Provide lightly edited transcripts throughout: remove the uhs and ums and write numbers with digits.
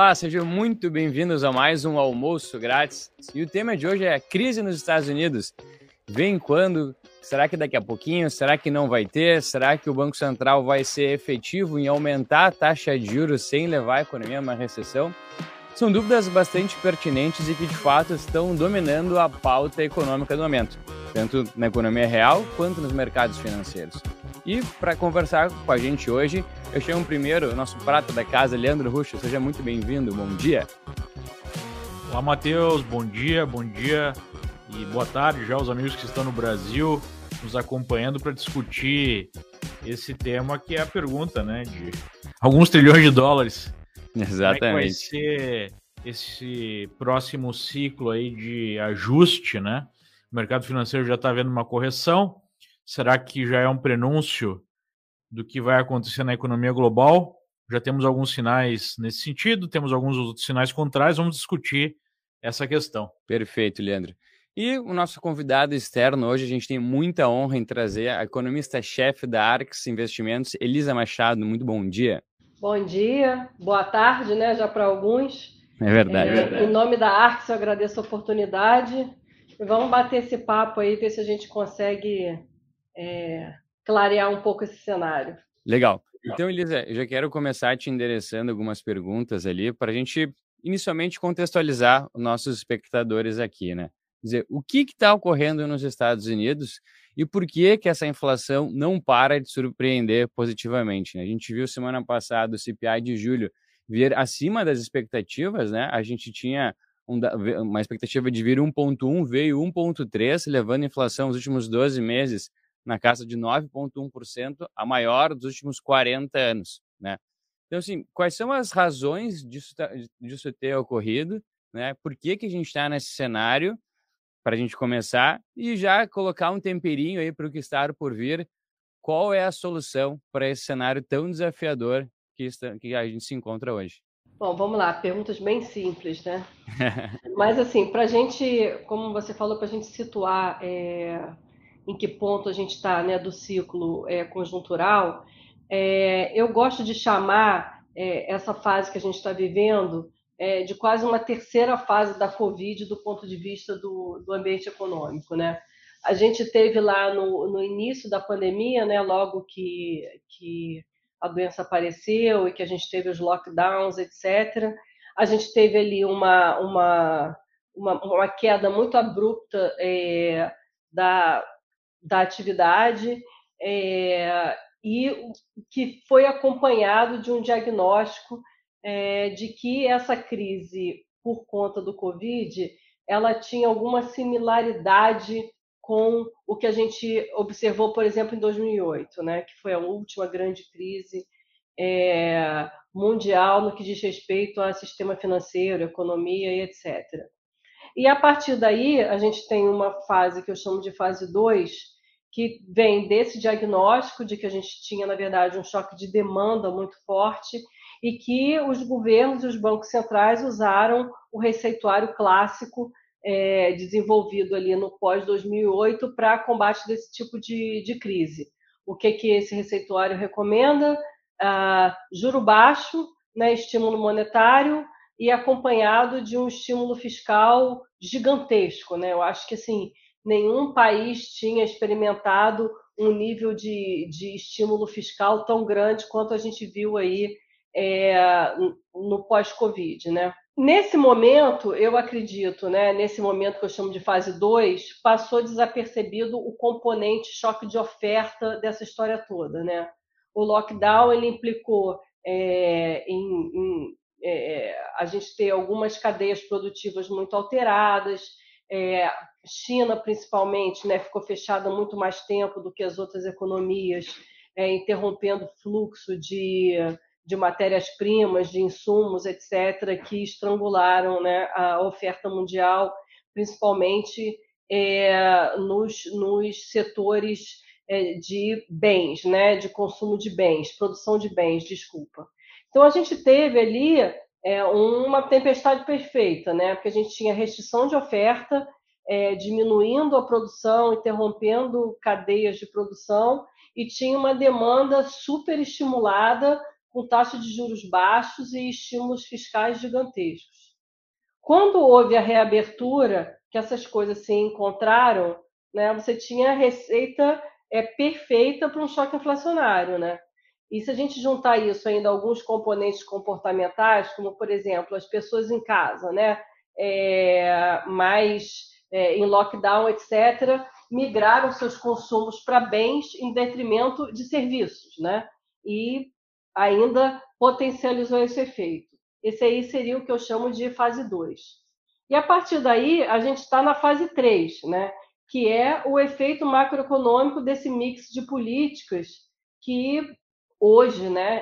Olá, sejam muito bem-vindos a mais um Almoço Grátis. E o tema de hoje é a crise nos Estados Unidos. Vem quando? Será que daqui a pouquinho? Será que não vai ter? Será que o Banco Central vai ser efetivo em aumentar a taxa de juros sem levar a economia a uma recessão? São dúvidas bastante pertinentes e que, de fato, estão dominando a pauta econômica do momento, tanto na economia real quanto nos mercados financeiros. E para conversar com a gente hoje, eu chamo primeiro o nosso prata da casa, Leandro Ruxo. Seja muito bem-vindo, bom dia. Olá, Matheus, bom dia e boa tarde já aos amigos que estão no Brasil nos acompanhando para discutir esse tema que é a pergunta, né, de alguns trilhões de dólares. Exatamente. Como é que vai ser esse próximo ciclo aí de ajuste, né? O mercado financeiro já está vendo uma correção. Será que já é um prenúncio do que vai acontecer na economia global? Já temos alguns sinais nesse sentido, temos alguns outros sinais contrários. Vamos discutir essa questão. Perfeito, Leandro. E o nosso convidado externo hoje, a gente tem muita honra em trazer a economista-chefe da Arx Investimentos, Elisa Machado. Muito bom dia. Bom dia, boa tarde, né, já para alguns. É verdade. Em nome da Arx, eu agradeço a oportunidade. E vamos bater esse papo aí, ver se a gente consegue clarear um pouco esse cenário. Legal. Então, Elisa, eu já quero começar te endereçando algumas perguntas ali para a gente, inicialmente, contextualizar os nossos espectadores aqui, né? Quer dizer, o que está ocorrendo nos Estados Unidos e por que essa inflação não para de surpreender positivamente, né? A gente viu semana passada o CPI de julho vir acima das expectativas, né? A gente tinha uma expectativa de vir 1,1, veio 1,3, levando a inflação nos últimos 12 meses na casa de 9,1%, a maior dos últimos 40 anos, né? Então, assim, quais são as razões disso ter ocorrido, né? Por que a gente está nesse cenário, para a gente começar, e já colocar um temperinho aí para o que está por vir? Qual é a solução para esse cenário tão desafiador que a gente se encontra hoje? Bom, vamos lá, perguntas bem simples, né? Mas, assim, para a gente, como você falou, para a gente situar em que ponto a gente está, né, do ciclo conjuntural, eu gosto de chamar essa fase que a gente está vivendo de quase uma terceira fase da Covid do ponto de vista do ambiente econômico, né? A gente teve lá no início da pandemia, né, logo que a doença apareceu e que a gente teve os lockdowns, etc. A gente teve ali uma queda muito abrupta da atividade e que foi acompanhado de um diagnóstico de que essa crise, por conta do Covid, ela tinha alguma similaridade com o que a gente observou, por exemplo, em 2008, né, que foi a última grande crise mundial no que diz respeito ao sistema financeiro, economia e etc. E a partir daí, a gente tem uma fase que eu chamo de fase 2, que vem desse diagnóstico de que a gente tinha, na verdade, um choque de demanda muito forte e que os governos e os bancos centrais usaram o receituário clássico desenvolvido ali no pós-2008 para combate desse tipo de crise. O que esse receituário recomenda? Juro baixo, né, estímulo monetário e acompanhado de um estímulo fiscal gigantesco, né? Eu acho que assim, nenhum país tinha experimentado um nível de estímulo fiscal tão grande quanto a gente viu aí no pós-Covid, né? Nesse momento, eu acredito, né, nesse momento que eu chamo de fase 2, passou desapercebido o componente choque de oferta dessa história toda, né? O lockdown, ele implicou a gente ter algumas cadeias produtivas muito alteradas, China, principalmente, né, ficou fechada muito mais tempo do que as outras economias, interrompendo o fluxo de matérias-primas, de insumos, etc., que estrangularam, né, a oferta mundial, principalmente nos setores de bens, né, de consumo de bens, produção de bens, desculpa. Então, a gente teve ali uma tempestade perfeita, né, porque a gente tinha restrição de oferta, diminuindo a produção, interrompendo cadeias de produção, e tinha uma demanda super estimulada com taxa de juros baixos e estímulos fiscais gigantescos. Quando houve a reabertura, que essas coisas se encontraram, né, você tinha a receita perfeita para um choque inflacionário, né? E se a gente juntar isso ainda a alguns componentes comportamentais, como, por exemplo, as pessoas em casa, né, em lockdown, etc., migraram seus consumos para bens em detrimento de serviços, né? E ainda potencializou esse efeito. Esse aí seria o que eu chamo de fase 2. E a partir daí, a gente está na fase 3, né? Que é o efeito macroeconômico desse mix de políticas que hoje, né,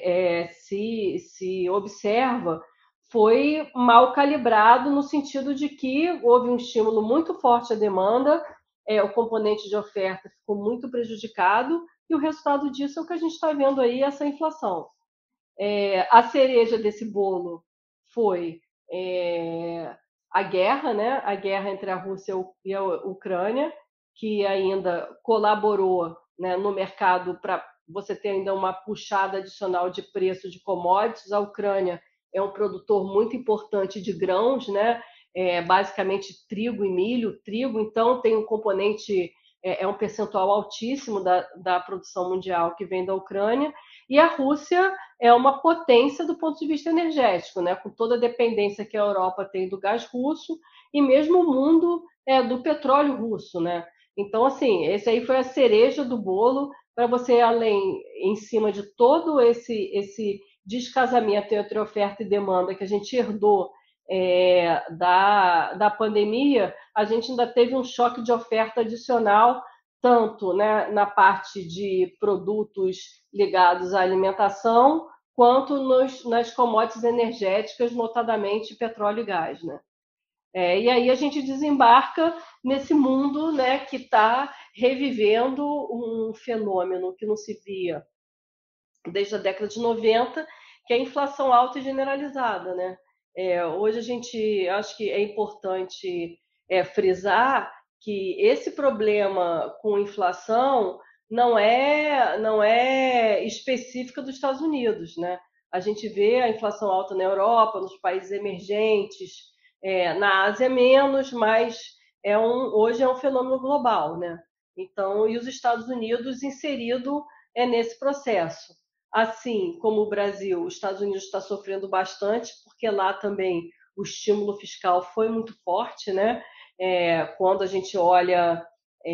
se observa, foi mal calibrado no sentido de que houve um estímulo muito forte à demanda, o componente de oferta ficou muito prejudicado, e o resultado disso é o que a gente está vendo aí, essa inflação. A cereja desse bolo foi a guerra, né? A guerra entre a Rússia e a Ucrânia, que ainda colaborou, né, no mercado para você ter ainda uma puxada adicional de preço de commodities. A Ucrânia é um produtor muito importante de grãos, né? Basicamente trigo e milho. Trigo, então, tem um componente, um percentual altíssimo da produção mundial que vem da Ucrânia. E a Rússia é uma potência do ponto de vista energético, né? Com toda a dependência que a Europa tem do gás russo e mesmo o mundo do petróleo russo, né? Então, assim, esse aí foi a cereja do bolo para você, além, em cima de todo esse descasamento entre oferta e demanda que a gente herdou da pandemia, a gente ainda teve um choque de oferta adicional, tanto, né, na parte de produtos ligados à alimentação, quanto nas commodities energéticas, notadamente petróleo e gás, né? E aí a gente desembarca nesse mundo, né, que está revivendo um fenômeno que não se via desde a década de 90, que é a inflação alta e generalizada, né? Hoje a gente acho que é importante frisar que esse problema com inflação não é específica dos Estados Unidos, né? A gente vê a inflação alta na Europa, nos países emergentes, na Ásia menos, mas hoje é um fenômeno global, né? Então, e os Estados Unidos inserido nesse processo. Assim como o Brasil, os Estados Unidos está sofrendo bastante, porque lá também o estímulo fiscal foi muito forte, né? Quando a gente olha,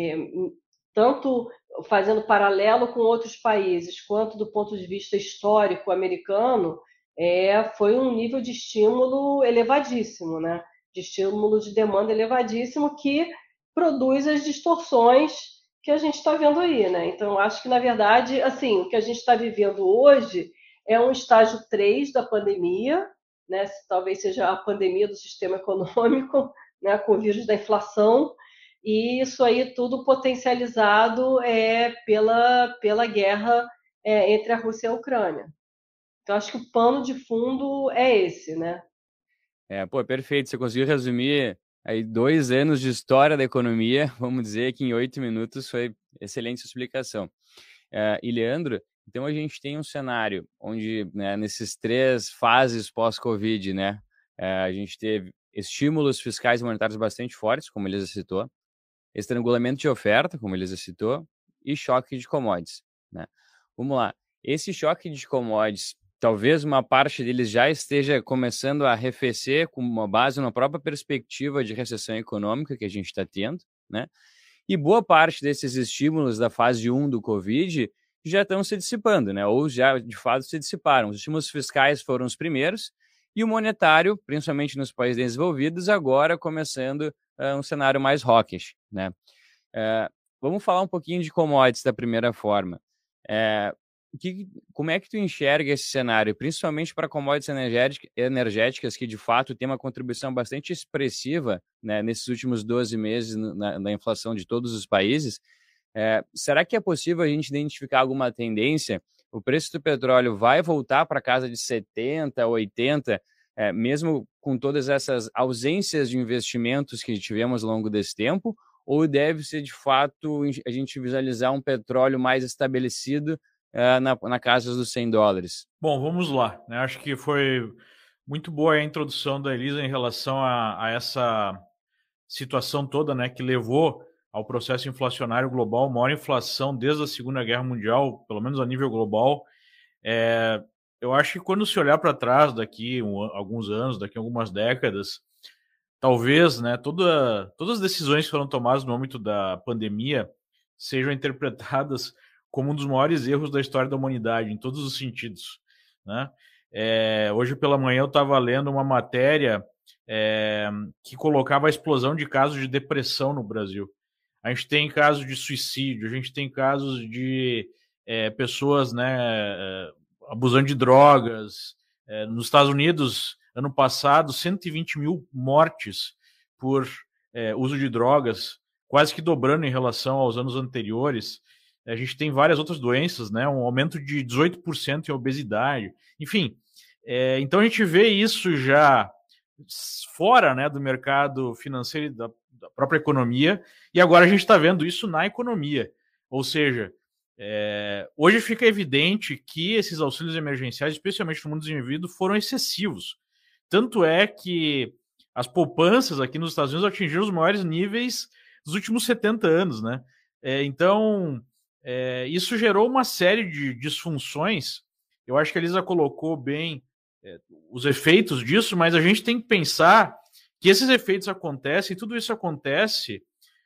tanto fazendo paralelo com outros países, quanto do ponto de vista histórico americano, foi um nível de estímulo elevadíssimo, né? De estímulo de demanda elevadíssimo que produz as distorções que a gente está vendo aí, né? Então, acho que, na verdade, assim, o que a gente está vivendo hoje é um estágio 3 da pandemia, né? Talvez seja a pandemia do sistema econômico, né? Com o vírus da inflação, e isso aí tudo potencializado pela guerra entre a Rússia e a Ucrânia. Então, acho que o pano de fundo é esse, né? Perfeito. Você conseguiu resumir aí 2 anos de história da economia, vamos dizer que em 8 minutos foi excelente sua explicação. E Leandro, então a gente tem um cenário onde, né, nesses 3 fases pós-Covid, né, a gente teve estímulos fiscais e monetários bastante fortes, como Elisa citou, estrangulamento de oferta, como Elisa citou, e choque de commodities, né? Vamos lá. Esse choque de commodities, talvez uma parte deles já esteja começando a arrefecer com uma base na própria perspectiva de recessão econômica que a gente está tendo, né? E boa parte desses estímulos da fase 1 do Covid já estão se dissipando, né? Ou já, de fato, se dissiparam. Os estímulos fiscais foram os primeiros e o monetário, principalmente nos países desenvolvidos, agora começando um cenário mais hawkish, né? Vamos falar um pouquinho de commodities da primeira forma. Como é que tu enxerga esse cenário, principalmente para commodities energéticas que, de fato, tem uma contribuição bastante expressiva, né, nesses últimos 12 meses na inflação de todos os países? Será que é possível a gente identificar alguma tendência? O preço do petróleo vai voltar para casa de 70, 80, mesmo com todas essas ausências de investimentos que tivemos ao longo desse tempo? Ou deve ser, de fato, a gente visualizar um petróleo mais estabelecido na casa dos $100. Bom, vamos lá, né? Acho que foi muito boa a introdução da Elisa em relação a essa situação toda, né, que levou ao processo inflacionário global, maior inflação desde a Segunda Guerra Mundial, pelo menos a nível global. Eu acho que quando se olhar para trás daqui alguns anos, daqui algumas décadas, talvez, né, todas as decisões que foram tomadas no âmbito da pandemia sejam interpretadas como um dos maiores erros da história da humanidade, em todos os sentidos, né? Hoje pela manhã eu estava lendo uma matéria que colocava a explosão de casos de depressão no Brasil. A gente tem casos de suicídio, a gente tem casos de pessoas, né, abusando de drogas. Nos Estados Unidos, ano passado, 120 mil mortes por uso de drogas, quase que dobrando em relação aos anos anteriores. A gente tem várias outras doenças, né? Um aumento de 18% em obesidade. Enfim, então a gente vê isso já fora, né, do mercado financeiro e da própria economia, e agora a gente está vendo isso na economia. Ou seja, hoje fica evidente que esses auxílios emergenciais, especialmente no mundo desenvolvido, foram excessivos. Tanto é que as poupanças aqui nos Estados Unidos atingiram os maiores níveis dos últimos 70 anos, né? Então, isso gerou uma série de disfunções. Eu acho que a Elisa colocou bem os efeitos disso, mas a gente tem que pensar que esses efeitos acontecem, e tudo isso acontece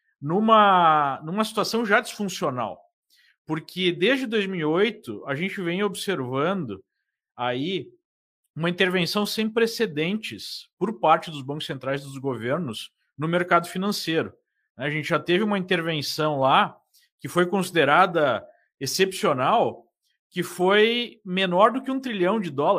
numa situação já disfuncional. Porque desde 2008 a gente vem observando aí uma intervenção sem precedentes por parte dos bancos centrais dos governos no mercado financeiro. A gente já teve uma intervenção lá que foi considerada excepcional, que foi menor do que $1 trilhão.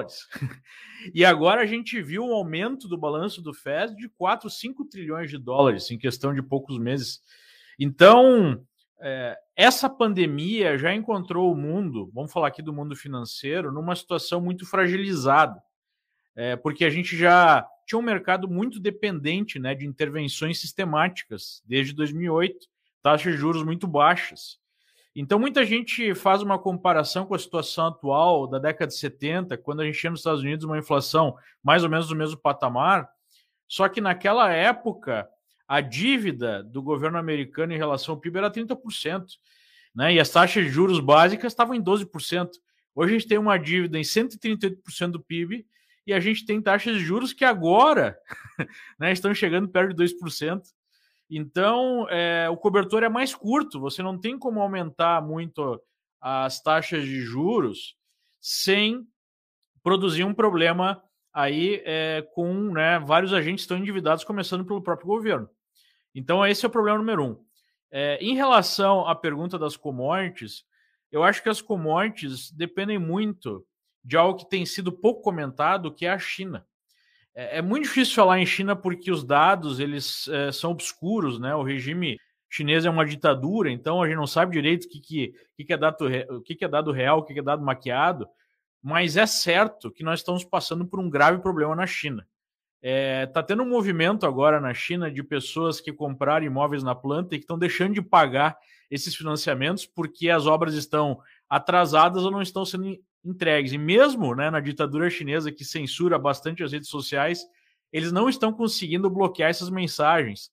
E agora a gente viu um aumento do balanço do FED de 4, 5 trilhões de dólares em questão de poucos meses. Então, essa pandemia já encontrou o mundo, vamos falar aqui do mundo financeiro, numa situação muito fragilizada, porque a gente já tinha um mercado muito dependente, né, de intervenções sistemáticas desde 2008, taxas de juros muito baixas. Então, muita gente faz uma comparação com a situação atual da década de 70, quando a gente tinha nos Estados Unidos uma inflação mais ou menos do mesmo patamar, só que naquela época a dívida do governo americano em relação ao PIB era 30%, né? E as taxas de juros básicas estavam em 12%. Hoje a gente tem uma dívida em 138% do PIB e a gente tem taxas de juros que agora né, estão chegando perto de 2%. Então, o cobertor é mais curto, você não tem como aumentar muito as taxas de juros sem produzir um problema aí com, né, vários agentes estão endividados, começando pelo próprio governo. Então, esse é o problema número 1. Em relação à pergunta das commodities, eu acho que as commodities dependem muito de algo que tem sido pouco comentado, que é a China. É muito difícil falar em China porque os dados eles são obscuros, né? O regime chinês é uma ditadura, então a gente não sabe direito o que é dado real, o que é dado maquiado, mas é certo que nós estamos passando por um grave problema na China. Está tendo um movimento agora na China de pessoas que compraram imóveis na planta e que estão deixando de pagar esses financiamentos porque as obras estão atrasadas ou não estão sendo entregues. E mesmo, né, na ditadura chinesa, que censura bastante as redes sociais, eles não estão conseguindo bloquear essas mensagens.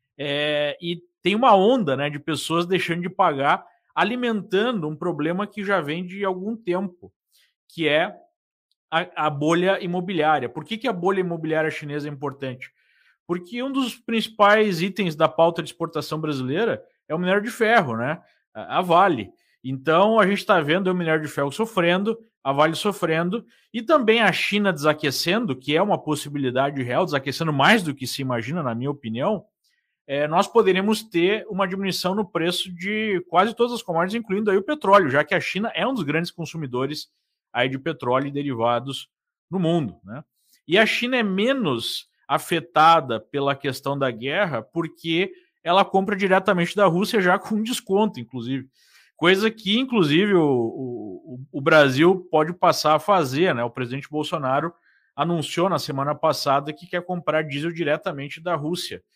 E tem uma onda, né, de pessoas deixando de pagar, alimentando um problema que já vem de algum tempo, que é a bolha imobiliária. Por que a bolha imobiliária chinesa é importante? Porque um dos principais itens da pauta de exportação brasileira é o minério de ferro, né? A Vale. Então, a gente está vendo o minério de ferro sofrendo, a Vale sofrendo, e também a China desaquecendo, que é uma possibilidade real, desaquecendo mais do que se imagina, na minha opinião. Nós poderíamos ter uma diminuição no preço de quase todas as commodities, incluindo aí o petróleo, já que a China é um dos grandes consumidores aí de petróleo e derivados no mundo, né? E a China é menos afetada pela questão da guerra porque ela compra diretamente da Rússia já com desconto, inclusive. Coisa que, inclusive, o Brasil pode passar a fazer, né? O presidente Bolsonaro anunciou na semana passada que quer comprar diesel diretamente da Rússia.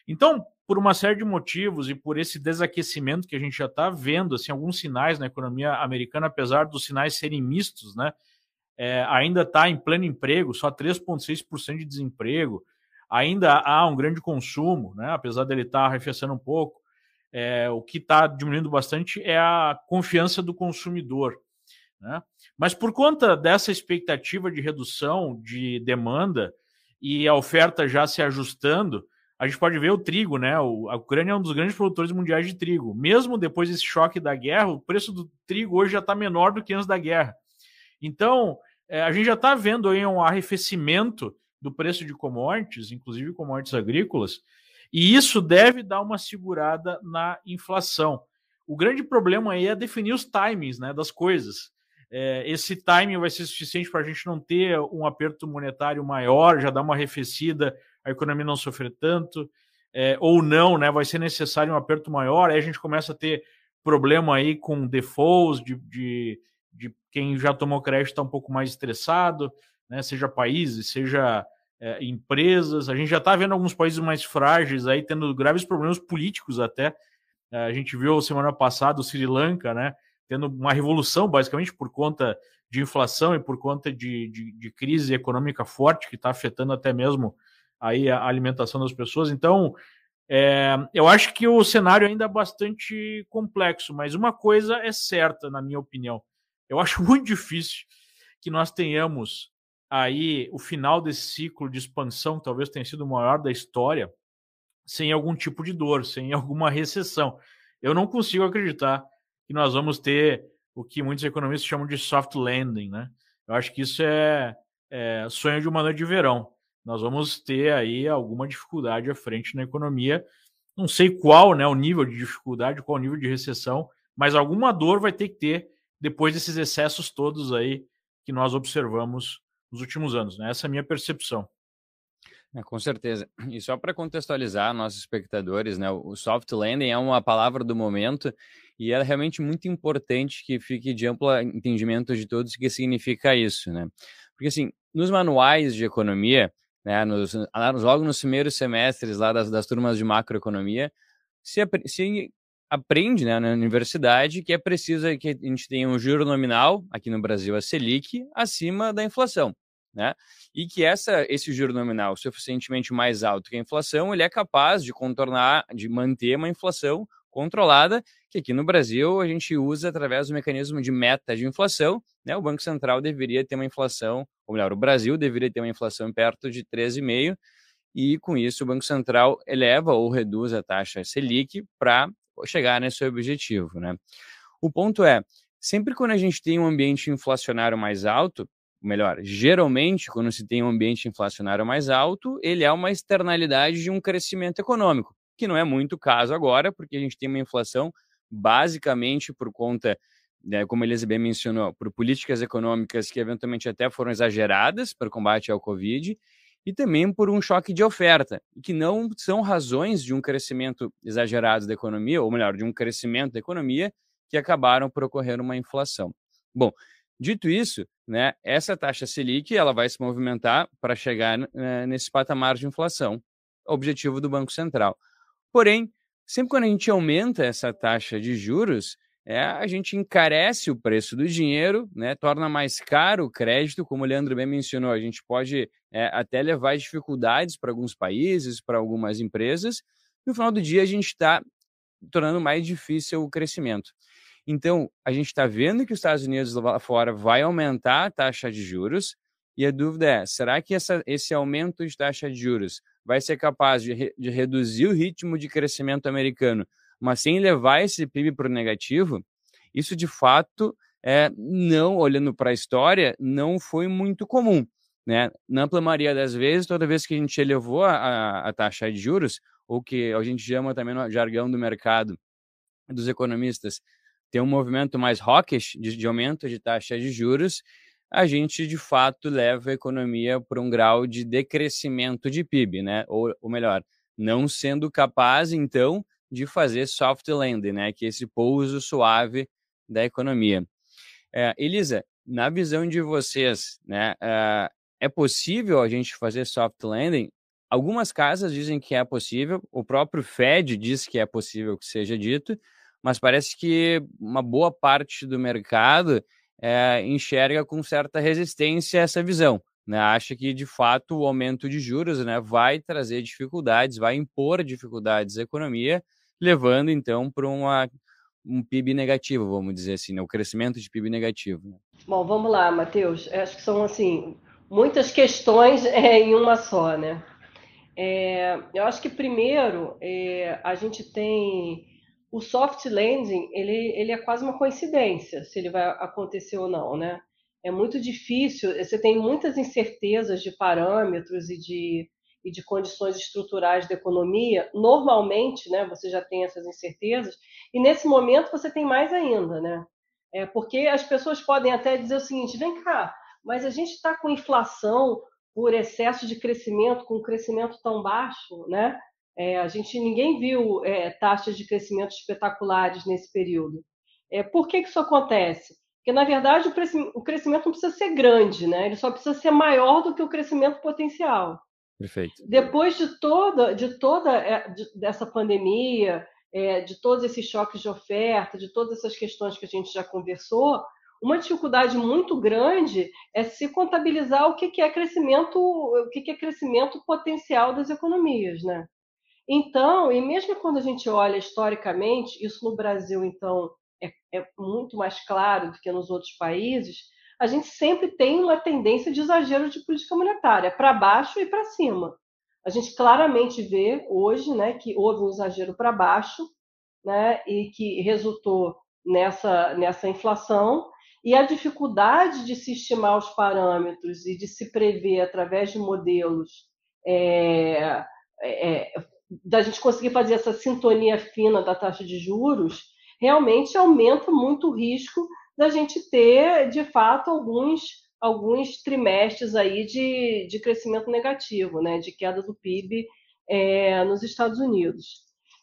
Então, por uma série de motivos e por esse desaquecimento que a gente já está vendo, assim, alguns sinais na economia americana, apesar dos sinais serem mistos, né, ainda está em pleno emprego, só 3,6% de desemprego, ainda há um grande consumo, né, apesar dele estar arrefecendo um pouco. O que está diminuindo bastante é a confiança do consumidor, né? Mas por conta dessa expectativa de redução de demanda e a oferta já se ajustando, a gente pode ver o trigo, né? A Ucrânia é um dos grandes produtores mundiais de trigo. Mesmo depois desse choque da guerra, o preço do trigo hoje já está menor do que antes da guerra. Então, a gente já está vendo aí um arrefecimento do preço de commodities, inclusive commodities agrícolas, e isso deve dar uma segurada na inflação. O grande problema aí é definir os timings, né, das coisas. Esse timing vai ser suficiente para a gente não ter um aperto monetário maior, já dar uma arrefecida, a economia não sofrer tanto, ou não, né? Vai ser necessário um aperto maior, aí a gente começa a ter problema aí com defaults de quem já tomou crédito está um pouco mais estressado, né? Seja países, seja empresas. A gente já está vendo alguns países mais frágeis aí tendo graves problemas políticos até. A gente viu semana passada o Sri Lanka, né, tendo uma revolução basicamente por conta de inflação e por conta de crise econômica forte que está afetando até mesmo aí a alimentação das pessoas. Então, eu acho que o cenário ainda é bastante complexo, mas uma coisa é certa, na minha opinião. Eu acho muito difícil que nós tenhamos aí o final desse ciclo de expansão, que talvez tenha sido o maior da história, sem algum tipo de dor, sem alguma recessão. Eu não consigo acreditar que nós vamos ter o que muitos economistas chamam de soft landing, né? Eu acho que isso é sonho de uma noite de verão. Nós vamos ter aí alguma dificuldade à frente na economia. Não sei qual, né, o nível de dificuldade, qual o nível de recessão, mas alguma dor vai ter que ter depois desses excessos todos aí que nós observamos nos últimos anos, né? Essa é a minha percepção. Com certeza. E só para contextualizar nossos espectadores, né, o soft landing é uma palavra do momento e é realmente muito importante que fique de amplo entendimento de todos o que significa isso, né? Porque assim, nos manuais de economia, né, logo nos primeiros semestres lá das turmas de macroeconomia, se aprende, né, na universidade que é preciso que a gente tenha um juro nominal, aqui no Brasil a Selic, acima da inflação, né? E que esse juro nominal suficientemente mais alto que a inflação, ele é capaz de contornar, de manter uma inflação controlada, que aqui no Brasil a gente usa através do mecanismo de meta de inflação, né? O Banco Central deveria ter uma inflação, ou melhor, o Brasil deveria ter uma inflação perto de 13,5%, e com isso o Banco Central eleva ou reduz a taxa Selic para chegar nesse objetivo, né? O ponto é, sempre quando a gente tem um ambiente inflacionário mais alto, melhor, geralmente, quando se tem um ambiente inflacionário mais alto, ele é uma externalidade de um crescimento econômico, que não é muito o caso agora, porque a gente tem uma inflação basicamente por conta, né, como a Elisa bem mencionou, por políticas econômicas que eventualmente até foram exageradas para o combate ao Covid, e também por um choque de oferta, que não são razões de um crescimento exagerado da economia, ou melhor, de um crescimento da economia, que acabaram por ocorrer uma inflação. Bom, dito isso, né, essa taxa Selic ela vai se movimentar para chegar nesse patamar de inflação, objetivo do Banco Central. Porém, sempre quando a gente aumenta essa taxa de juros, a gente encarece o preço do dinheiro, né, torna mais caro o crédito, como o Leandro bem mencionou, a gente pode até levar dificuldades para alguns países, para algumas empresas, e no final do dia a gente está tornando mais difícil o crescimento. Então, a gente está vendo que os Estados Unidos lá fora vai aumentar a taxa de juros, e a dúvida é, será que esse aumento de taxa de juros vai ser capaz de reduzir o ritmo de crescimento americano, mas sem levar esse PIB para o negativo? Isso, de fato, não, olhando para a história, não foi muito comum, né? Na ampla maioria das vezes, toda vez que a gente elevou a taxa de juros, ou que a gente chama também no jargão do mercado, dos economistas, tem um movimento mais hawkish de aumento de taxa de juros, a gente, de fato, leva a economia para um grau de decrescimento de PIB, né? Ou melhor, não sendo capaz, então, de fazer soft landing, né? Que é esse pouso suave da economia. Elisa, na visão de vocês, né? É possível a gente fazer soft landing? Algumas casas dizem que é possível, o próprio Fed diz que é possível que seja dito, mas parece que uma boa parte do mercado enxerga com certa resistência essa visão, né? Acha que, de fato, o aumento de juros, né, vai trazer dificuldades, vai impor dificuldades à economia, levando, então, para um PIB negativo, vamos dizer assim, né? O crescimento de PIB negativo, né? Bom, vamos lá, Matheus. Acho que são assim muitas questões em uma só, né? Eu acho que primeiro a gente tem o soft landing, ele é quase uma coincidência se ele vai acontecer ou não, né? É muito difícil, você tem muitas incertezas de parâmetros e de condições estruturais da economia. Normalmente, né, você já tem essas incertezas, e nesse momento você tem mais ainda, né? Porque as pessoas podem até dizer o seguinte: vem cá, mas a gente está com inflação por excesso de crescimento, com um crescimento tão baixo, né? Ninguém viu taxas de crescimento espetaculares nesse período. Por que isso acontece? Porque, na verdade, o crescimento não precisa ser grande, né? Ele só precisa ser maior do que o crescimento potencial. Perfeito. Depois dessa pandemia, de todos esses choques de oferta, de todas essas questões que a gente já conversou, uma dificuldade muito grande é se contabilizar o que é crescimento, potencial das economias, né? Então, e mesmo quando a gente olha historicamente, isso no Brasil, então, é muito mais claro do que nos outros países, a gente sempre tem uma tendência de exagero de política monetária, para baixo e para cima. A gente claramente vê hoje, né, que houve um exagero para baixo, né, e que resultou nessa inflação, e a dificuldade de se estimar os parâmetros e de se prever através de modelos é, é, da gente conseguir fazer essa sintonia fina da taxa de juros, realmente aumenta muito o risco da gente ter, de fato, alguns trimestres aí de crescimento negativo, né, de queda do PIB nos Estados Unidos.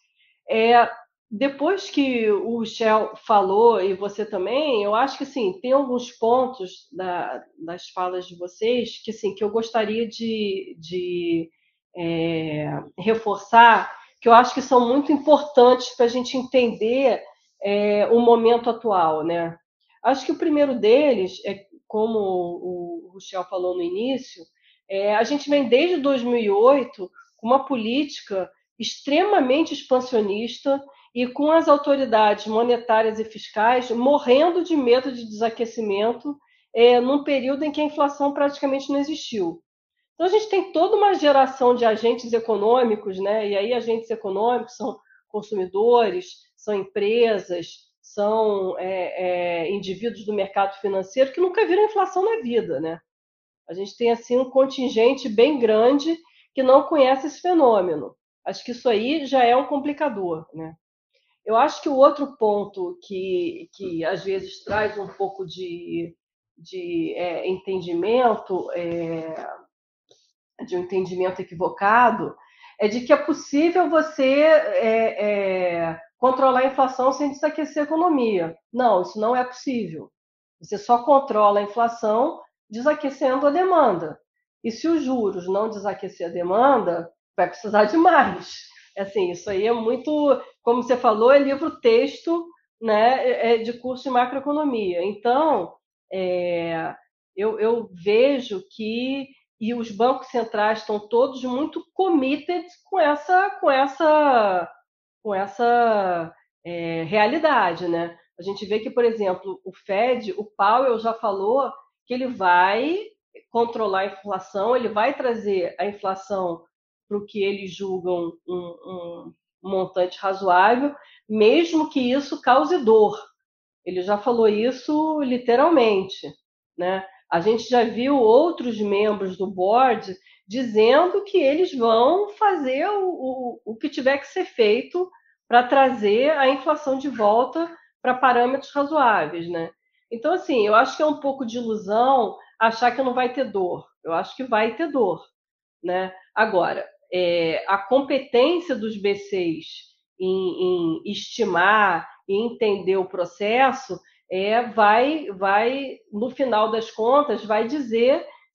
Depois que o Michel falou, e você também, eu acho que assim, tem alguns pontos das falas de vocês que, assim, que eu gostaria de reforçar, que eu acho que são muito importantes para a gente entender o momento atual, né? Acho que o primeiro deles é, como o Michel falou no início, a gente vem desde 2008 com uma política extremamente expansionista e com as autoridades monetárias e fiscais morrendo de medo de desaquecimento num período em que a inflação praticamente não existiu. Então, a gente tem toda uma geração de agentes econômicos, né? E aí agentes econômicos são consumidores, são empresas, são indivíduos do mercado financeiro que nunca viram inflação na vida, né? A gente tem assim um contingente bem grande que não conhece esse fenômeno. Acho que isso aí já é um complicador, né? Eu acho que o outro ponto que às vezes traz um pouco de entendimento, de um entendimento equivocado, é de que é possível você controlar a inflação sem desaquecer a economia. Não, isso não é possível. Você só controla a inflação desaquecendo a demanda. E se os juros não desaquecer a demanda, vai precisar de mais. Assim, isso aí é muito, como você falou, é livro-texto, né, de curso de macroeconomia. Então, eu vejo que e os bancos centrais estão todos muito committed com essa realidade, né? A gente vê que, por exemplo, o Fed, o Powell já falou que ele vai controlar a inflação, ele vai trazer a inflação para o que eles julgam um montante razoável, mesmo que isso cause dor. Ele já falou isso literalmente, né? A gente já viu outros membros do board dizendo que eles vão fazer o que tiver que ser feito para trazer a inflação de volta para parâmetros razoáveis, né? Então, assim, eu acho que é um pouco de ilusão achar que não vai ter dor. Eu acho que vai ter dor, né? Agora, a competência dos B6 em estimar e entender o processo vai, no final das contas, vai dizer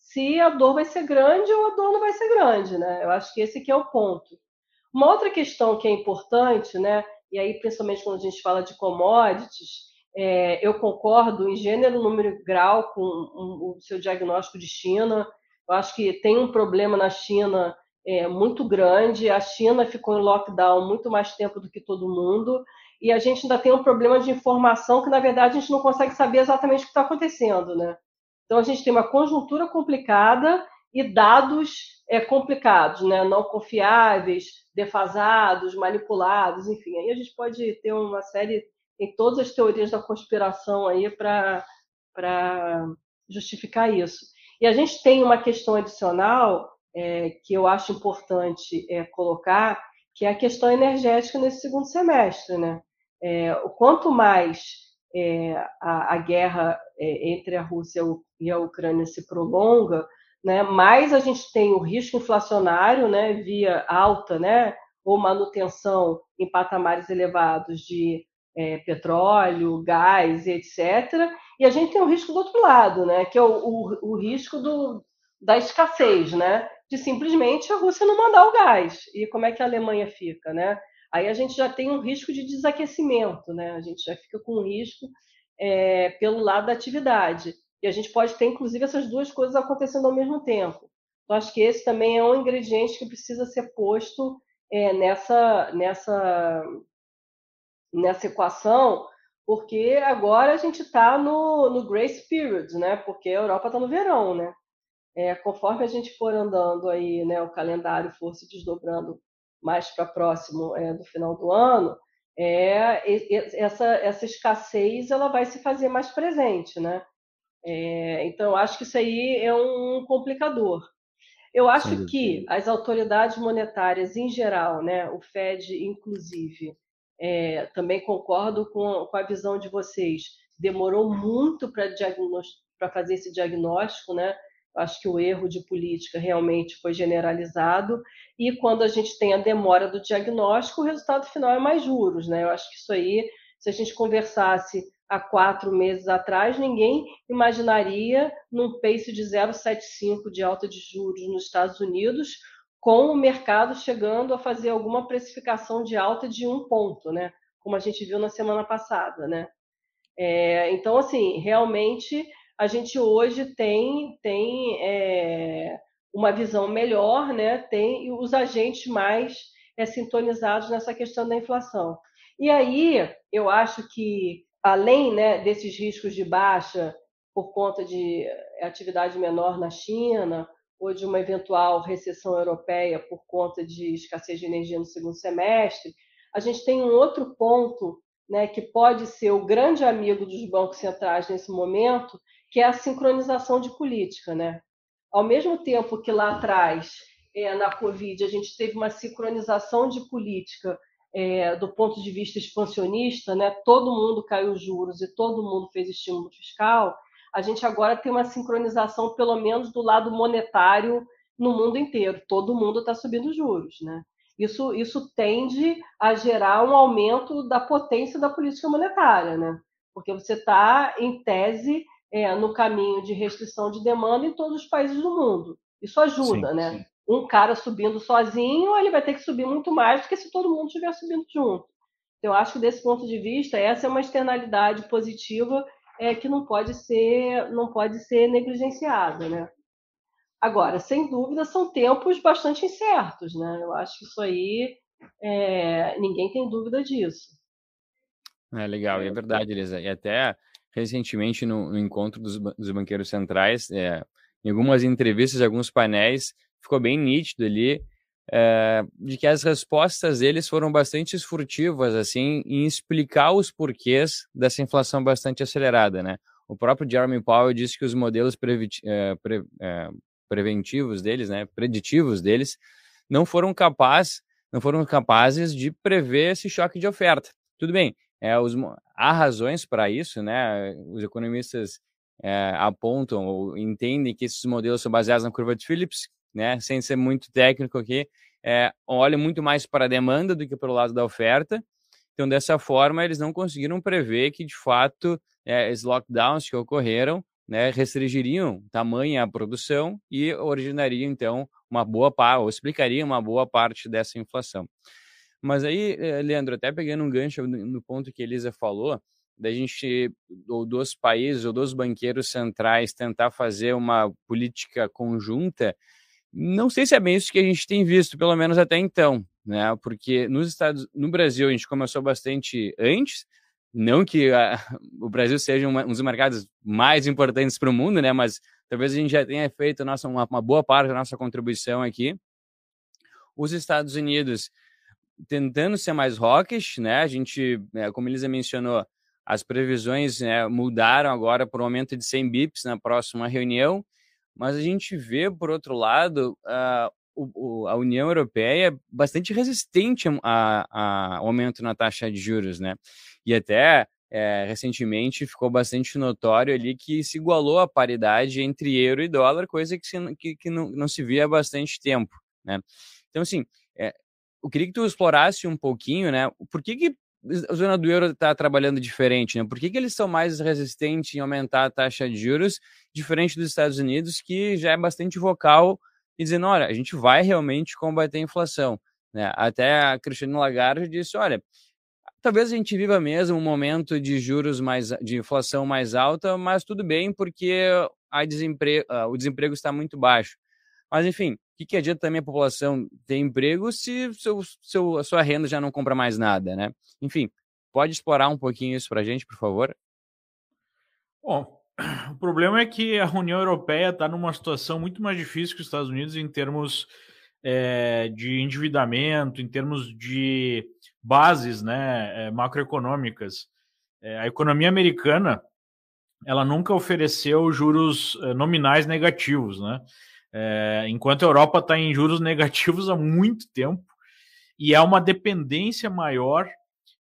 se a dor vai ser grande ou a dor não vai ser grande, né? Eu acho que esse aqui é o ponto. Uma outra questão que é importante, né? E aí, principalmente quando a gente fala de commodities, eu concordo em gênero, número e grau com o seu diagnóstico de China. Eu acho que tem um problema na China muito grande. A China ficou em lockdown muito mais tempo do que todo mundo. E a gente ainda tem um problema de informação que, na verdade, a gente não consegue saber exatamente o que está acontecendo, né? Então, a gente tem uma conjuntura complicada e dados complicados, né? Não confiáveis, defasados, manipulados, enfim. Aí a gente pode ter uma série, em todas as teorias da conspiração aí para justificar isso. E a gente tem uma questão adicional que eu acho importante colocar, que é a questão energética nesse segundo semestre, né? O quanto mais a guerra entre a Rússia e a Ucrânia se prolonga, né, mais a gente tem o risco inflacionário, né, via alta, né, ou manutenção em patamares elevados de petróleo, gás, etc. E a gente tem o risco do outro lado, né, que é o risco da escassez, né, de simplesmente a Rússia não mandar o gás. E como é que a Alemanha fica, né? Aí a gente já tem um risco de desaquecimento, né? A gente já fica com um risco pelo lado da atividade. E a gente pode ter, inclusive, essas duas coisas acontecendo ao mesmo tempo. Então, acho que esse também é um ingrediente que precisa ser posto nessa equação, porque agora a gente está no grace period, né? Porque a Europa está no verão, né? Conforme a gente for andando aí, né, o calendário for se desdobrando mais para próximo do final do ano, essa escassez ela vai se fazer mais presente, né? Então, eu acho que isso aí é um complicador. Eu Sem acho dúvida. que as autoridades monetárias em geral, né, o Fed inclusive, também concordo com a visão de vocês, demorou muito para fazer esse diagnóstico, né? Eu acho que o erro de política realmente foi generalizado, e quando a gente tem a demora do diagnóstico, o resultado final é mais juros, né? Eu acho que isso aí, se a gente conversasse há 4 meses atrás, ninguém imaginaria num pace de 0,75 de alta de juros nos Estados Unidos, com o mercado chegando a fazer alguma precificação de alta de 1 ponto, né? Como a gente viu na semana passada, né? Então, assim, realmente a gente hoje tem uma visão melhor, né? Tem os agentes mais sintonizados nessa questão da inflação. E aí, eu acho que, além, né, desses riscos de baixa por conta de atividade menor na China, ou de uma eventual recessão europeia por conta de escassez de energia no segundo semestre, a gente tem um outro ponto, né, que pode ser o grande amigo dos bancos centrais nesse momento, que é a sincronização de política, né? Ao mesmo tempo que lá atrás, na Covid, a gente teve uma sincronização de política do ponto de vista expansionista, né? Todo mundo caiu os juros e todo mundo fez estímulo fiscal. A gente agora tem uma sincronização, pelo menos do lado monetário, no mundo inteiro. Todo mundo está subindo juros, né? Isso tende a gerar um aumento da potência da política monetária, né? Porque você está, em tese, no caminho de restrição de demanda em todos os países do mundo. Isso ajuda, Sim. né? Sim. Um cara subindo sozinho, ele vai ter que subir muito mais do que se todo mundo estiver subindo junto. Então, eu acho que, desse ponto de vista, essa é uma externalidade positiva que não pode ser negligenciada, né? Agora, sem dúvida, são tempos bastante incertos, né? Eu acho que isso aí ninguém tem dúvida disso. É legal, e é verdade, Elisa. E até recentemente no encontro dos banqueiros centrais, em algumas entrevistas, alguns painéis, ficou bem nítido ali de que as respostas deles foram bastante furtivas, assim, em explicar os porquês dessa inflação bastante acelerada, né? O próprio Jeremy Powell disse que os modelos preventivos deles, né, preditivos deles, não foram capazes de prever esse choque de oferta. Tudo bem, há razões para isso, né? Os economistas apontam ou entendem que esses modelos são baseados na curva de Phillips, né? Sem ser muito técnico aqui, olham muito mais para a demanda do que para o lado da oferta. Então, dessa forma, eles não conseguiram prever que, de fato, esses lockdowns que ocorreram né, restringiriam tamanha a produção e originariam, então, uma boa parte, ou explicariam uma boa parte dessa inflação. Mas aí, Leandro, até pegando um gancho no ponto que a Elisa falou, da gente, ou dos países, ou dos banqueiros centrais, tentar fazer uma política conjunta, não sei se é bem isso que a gente tem visto, pelo menos até então, né? Porque no Brasil a gente começou bastante antes, não que o Brasil seja um dos mercados mais importantes para o mundo, né? Mas talvez a gente já tenha feito uma boa parte da nossa contribuição aqui. Os Estados Unidos tentando ser mais hawkish, né? A gente, como a Elisa mencionou, as previsões, né, mudaram agora para um aumento de 100 bips na próxima reunião, mas a gente vê, por outro lado, a União Europeia bastante resistente a aumento na taxa de juros, né? E até recentemente ficou bastante notório ali que se igualou a paridade entre euro e dólar, coisa que não se via há bastante tempo, né? Então, assim, eu queria que tu explorasse um pouquinho, né? Por que a zona do euro está trabalhando diferente, né? Por que eles são mais resistentes em aumentar a taxa de juros, diferente dos Estados Unidos, que já é bastante vocal e dizendo, olha, a gente vai realmente combater a inflação, né? Até a Christine Lagarde disse, olha, talvez a gente viva mesmo um momento de juros de inflação mais alta, mas tudo bem, porque o desemprego está muito baixo. Mas, enfim, o que adianta também a população ter emprego se a sua renda já não compra mais nada, né? Enfim, pode explorar um pouquinho isso para a gente, por favor? Bom, o problema é que a União Europeia está numa situação muito mais difícil que os Estados Unidos em termos de endividamento, em termos de bases, né, macroeconômicas. A economia americana, ela nunca ofereceu juros nominais negativos, né? Enquanto a Europa está em juros negativos há muito tempo e há uma dependência maior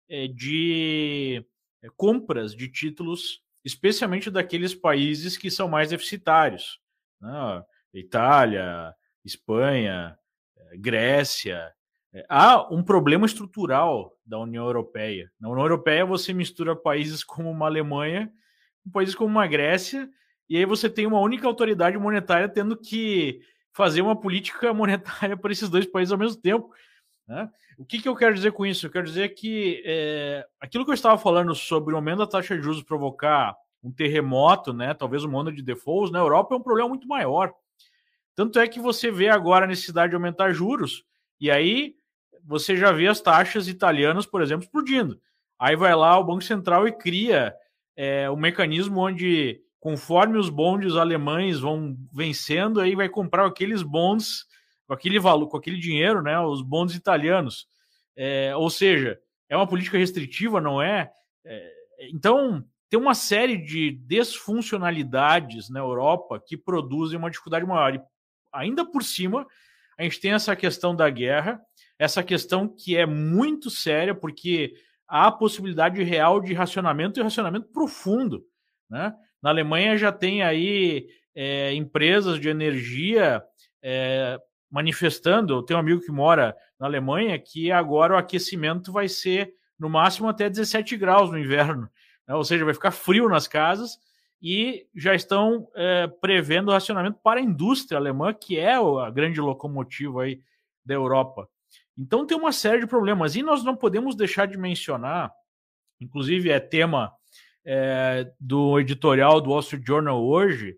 de compras de títulos, especialmente daqueles países que são mais deficitários, né? Itália, Espanha, Grécia. Há um problema estrutural da União Europeia. Na União Europeia você mistura países como uma Alemanha com países como uma Grécia, e aí você tem uma única autoridade monetária tendo que fazer uma política monetária para esses dois países ao mesmo tempo, né? O que eu quero dizer com isso? Eu quero dizer que aquilo que eu estava falando sobre o aumento da taxa de juros provocar um terremoto, né, talvez uma onda de defaults, na Europa é um problema muito maior. Tanto é que você vê agora a necessidade de aumentar juros, e aí você já vê as taxas italianas, por exemplo, explodindo. Aí vai lá o Banco Central e cria um mecanismo onde, conforme os bondes alemães vão vencendo, aí vai comprar aqueles bonds com aquele valor, com aquele dinheiro, né, os bonds italianos. Ou seja, é uma política restritiva, não é? Então, tem uma série de desfuncionalidades na Europa que produzem uma dificuldade maior. E ainda por cima, a gente tem essa questão da guerra, essa questão que é muito séria, porque há a possibilidade real de racionamento e racionamento profundo, né? Na Alemanha já tem aí empresas de energia manifestando. Eu tenho um amigo que mora na Alemanha que agora o aquecimento vai ser no máximo até 17 graus no inverno, né? Ou seja, vai ficar frio nas casas, e já estão prevendo racionamento para a indústria alemã, que é a grande locomotiva aí da Europa. Então tem uma série de problemas, e nós não podemos deixar de mencionar, inclusive é tema do editorial do Wall Street Journal hoje,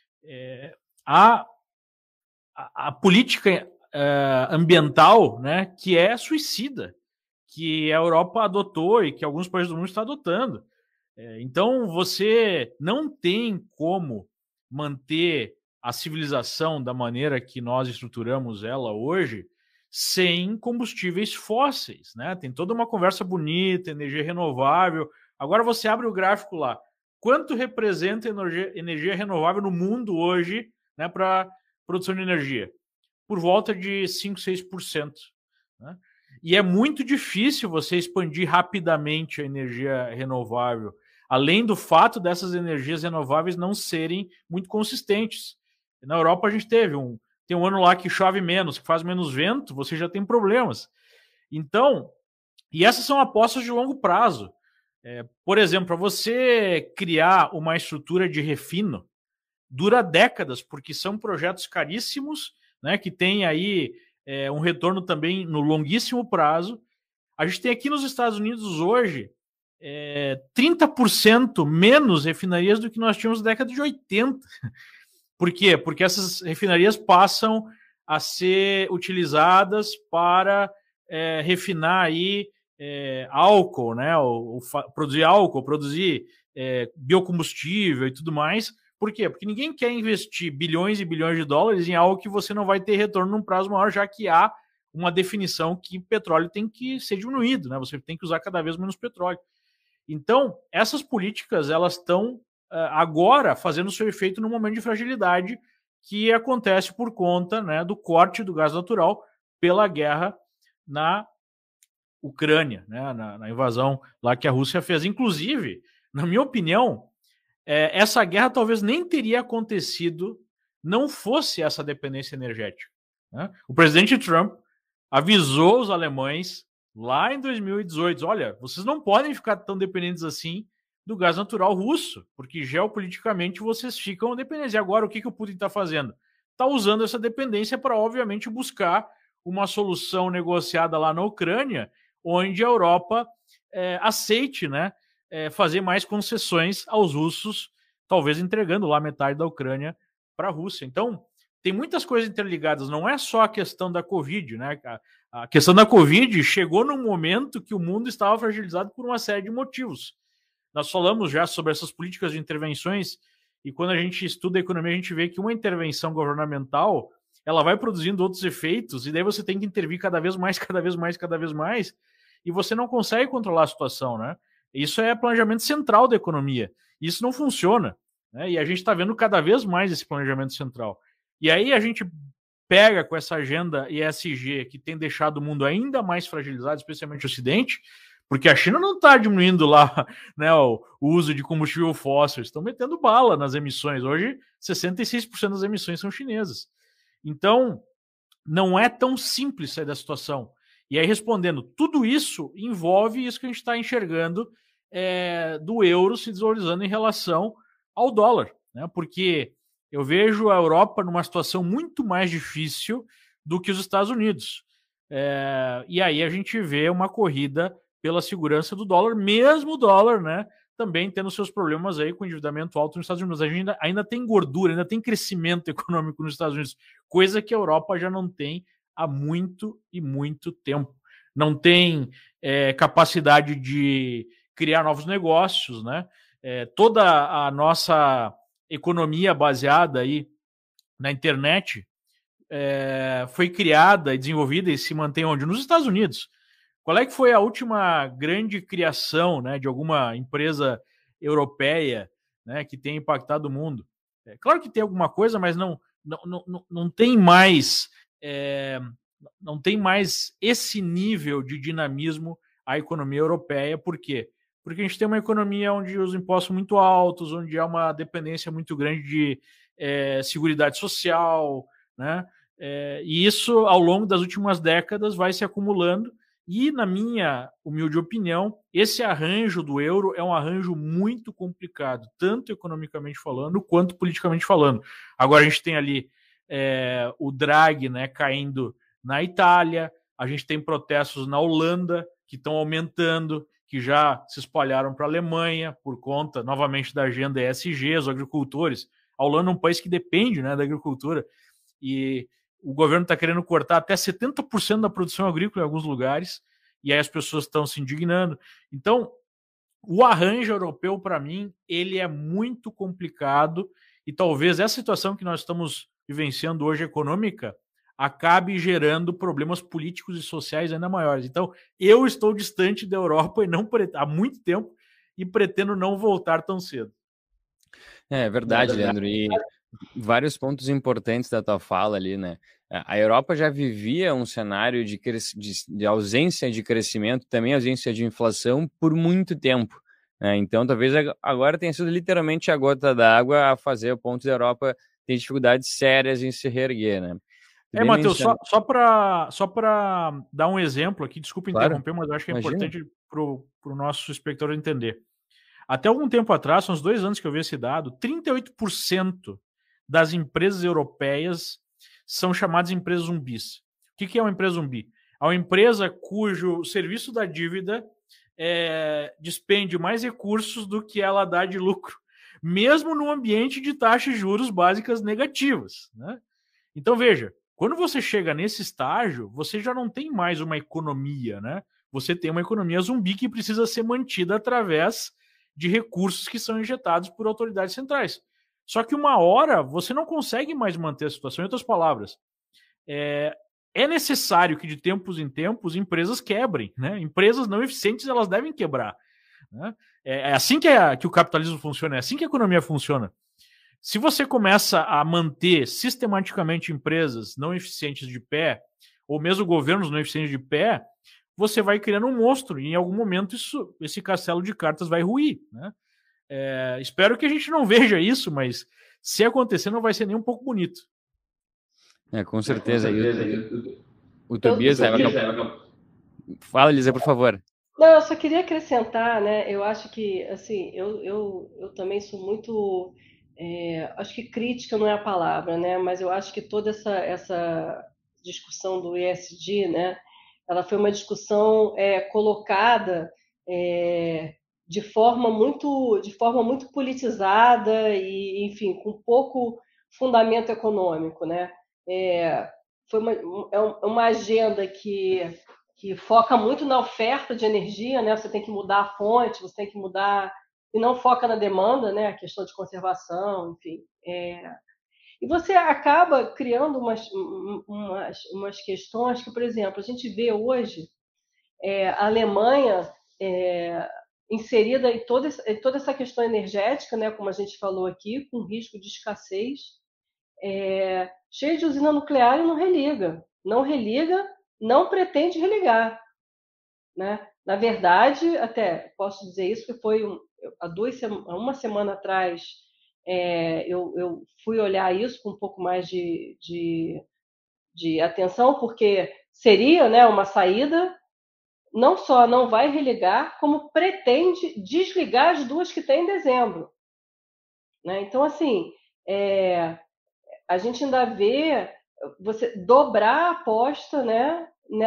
a política ambiental, né, que é suicida, que a Europa adotou e que alguns países do mundo estão adotando. Então você não tem como manter a civilização da maneira que nós estruturamos ela hoje sem combustíveis fósseis, né? Tem toda uma conversa bonita, energia renovável. Agora você abre o gráfico lá. Quanto representa energia renovável no mundo hoje, né, para produção de energia? Por volta de 5, 6%. Né? E é muito difícil você expandir rapidamente a energia renovável, além do fato dessas energias renováveis não serem muito consistentes. Na Europa a gente tem um ano lá que chove menos, que faz menos vento, você já tem problemas. Então, e essas são apostas de longo prazo. Por exemplo, para você criar uma estrutura de refino, dura décadas, porque são projetos caríssimos, né, que tem aí um retorno também no longuíssimo prazo. A gente tem aqui nos Estados Unidos hoje 30% menos refinarias do que nós tínhamos na década de 80. Por quê? Porque essas refinarias passam a ser utilizadas para refinar aí álcool, né? Produzir álcool, produzir biocombustível e tudo mais. Por quê? Porque ninguém quer investir bilhões e bilhões de dólares em algo que você não vai ter retorno num prazo maior, já que há uma definição que petróleo tem que ser diminuído, né? Você tem que usar cada vez menos petróleo. Então, essas políticas, elas estão agora fazendo seu efeito no momento de fragilidade que acontece por conta, né, do corte do gás natural pela guerra na Ucrânia, né, na invasão lá que a Rússia fez. Inclusive, na minha opinião, essa guerra talvez nem teria acontecido não fosse essa dependência energética, né? O presidente Trump avisou os alemães lá em 2018, olha, vocês não podem ficar tão dependentes assim do gás natural russo, porque geopoliticamente vocês ficam dependentes. E agora o que o Putin está fazendo? Está usando essa dependência para, obviamente, buscar uma solução negociada lá na Ucrânia, onde a Europa aceite, né, fazer mais concessões aos russos, talvez entregando lá metade da Ucrânia para a Rússia. Então, tem muitas coisas interligadas, não é só a questão da Covid, né? A questão da Covid chegou num momento que o mundo estava fragilizado por uma série de motivos. Nós falamos já sobre essas políticas de intervenções, e quando a gente estuda a economia, a gente vê que uma intervenção governamental, ela vai produzindo outros efeitos, e daí você tem que intervir cada vez mais, e você não consegue controlar a situação, né? Isso é planejamento central da economia. Isso não funciona, né? E a gente está vendo cada vez mais esse planejamento central. E aí a gente pega com essa agenda ESG, que tem deixado o mundo ainda mais fragilizado, especialmente o Ocidente, porque a China não está diminuindo lá, né, o uso de combustível fóssil, estão metendo bala nas emissões. Hoje, 66% das emissões são chinesas. Então, não é tão simples sair da situação. E aí, respondendo, tudo isso envolve isso que a gente está enxergando do euro se desvalorizando em relação ao dólar, né? Porque eu vejo a Europa numa situação muito mais difícil do que os Estados Unidos. E aí a gente vê uma corrida pela segurança do dólar, mesmo o dólar, né, também tendo seus problemas aí com endividamento alto nos Estados Unidos. A gente ainda tem gordura, ainda tem crescimento econômico nos Estados Unidos, coisa que a Europa já não tem há muito e muito tempo. Não tem capacidade de criar novos negócios, né? Toda a nossa economia baseada aí na internet foi criada e desenvolvida e se mantém onde? Nos Estados Unidos. Qual é que foi a última grande criação, né, de alguma empresa europeia, né, que tem impactado o mundo? Claro que tem alguma coisa, mas não tem mais não tem mais esse nível de dinamismo a economia europeia. Por quê? Porque a gente tem uma economia onde os impostos são muito altos, onde há uma dependência muito grande de seguridade social, né? E isso, ao longo das últimas décadas, vai se acumulando. E, na minha humilde opinião, esse arranjo do euro é um arranjo muito complicado, tanto economicamente falando, quanto politicamente falando. Agora a gente tem ali o Draghi, né, caindo na Itália, a gente tem protestos na Holanda, que estão aumentando, que já se espalharam para a Alemanha, por conta, novamente, da agenda ESG, os agricultores. A Holanda é um país que depende, né, da agricultura, e o governo está querendo cortar até 70% da produção agrícola em alguns lugares, e aí as pessoas estão se indignando. Então, o arranjo europeu, para mim, ele é muito complicado, e talvez essa situação que nós estamos vivenciando hoje, econômica, acabe gerando problemas políticos e sociais ainda maiores. Então, eu estou distante da Europa há muito tempo e pretendo não voltar tão cedo. É verdade, Leandro. E vários pontos importantes da tua fala ali, né? A Europa já vivia um cenário de ausência de crescimento, também ausência de inflação por muito tempo, né? Então, talvez agora tenha sido literalmente a gota d'água a fazer o ponto da Europa ter dificuldades sérias em se reerguer, né? Matheus, só para dar um exemplo aqui, desculpa interromper, mas eu acho que é importante para o nosso espectador entender. Até algum tempo atrás, uns 2 anos que eu vi esse dado, 38% das empresas europeias são chamadas empresas zumbis. O que é uma empresa zumbi? É uma empresa cujo serviço da dívida despende mais recursos do que ela dá de lucro, mesmo no ambiente de taxas de juros básicas negativas, né? Então, veja, quando você chega nesse estágio, você já não tem mais uma economia, né? Você tem uma economia zumbi que precisa ser mantida através de recursos que são injetados por autoridades centrais. Só que uma hora você não consegue mais manter a situação. Em outras palavras, é necessário que de tempos em tempos empresas quebrem, né? Empresas não eficientes elas devem quebrar, né? É assim que o capitalismo funciona, é assim que a economia funciona. Se você começa a manter sistematicamente empresas não eficientes de pé, ou mesmo governos não eficientes de pé, você vai criando um monstro e em algum momento esse castelo de cartas vai ruir, né? Espero que a gente não veja isso, mas se acontecer não vai ser nem um pouco bonito. Com certeza. O Tobias... Fala, Elisa, por favor. Não, eu só queria acrescentar, né? Eu acho que, assim, eu também sou muito... acho que crítica não é a palavra, né? Mas eu acho que toda essa discussão do ESG, né? Ela foi uma discussão colocada de forma muito politizada e, enfim, com pouco fundamento econômico, né? Foi uma agenda que foca muito na oferta de energia, né? Você tem que mudar a fonte, você tem que mudar e não foca na demanda, né? A questão de conservação, enfim. E você acaba criando umas questões que, por exemplo, a gente vê hoje a Alemanha inserida em toda essa questão energética, né? Como a gente falou aqui, com risco de escassez, cheia de usina nuclear e não religa, não pretende religar, né? Na verdade, até posso dizer isso, que foi há uma semana atrás, eu fui olhar isso com um pouco mais de atenção, porque seria, né, uma saída, não só não vai religar, como pretende desligar as duas que tem em dezembro, né? Então, assim, a gente ainda vê você dobrar a aposta, né,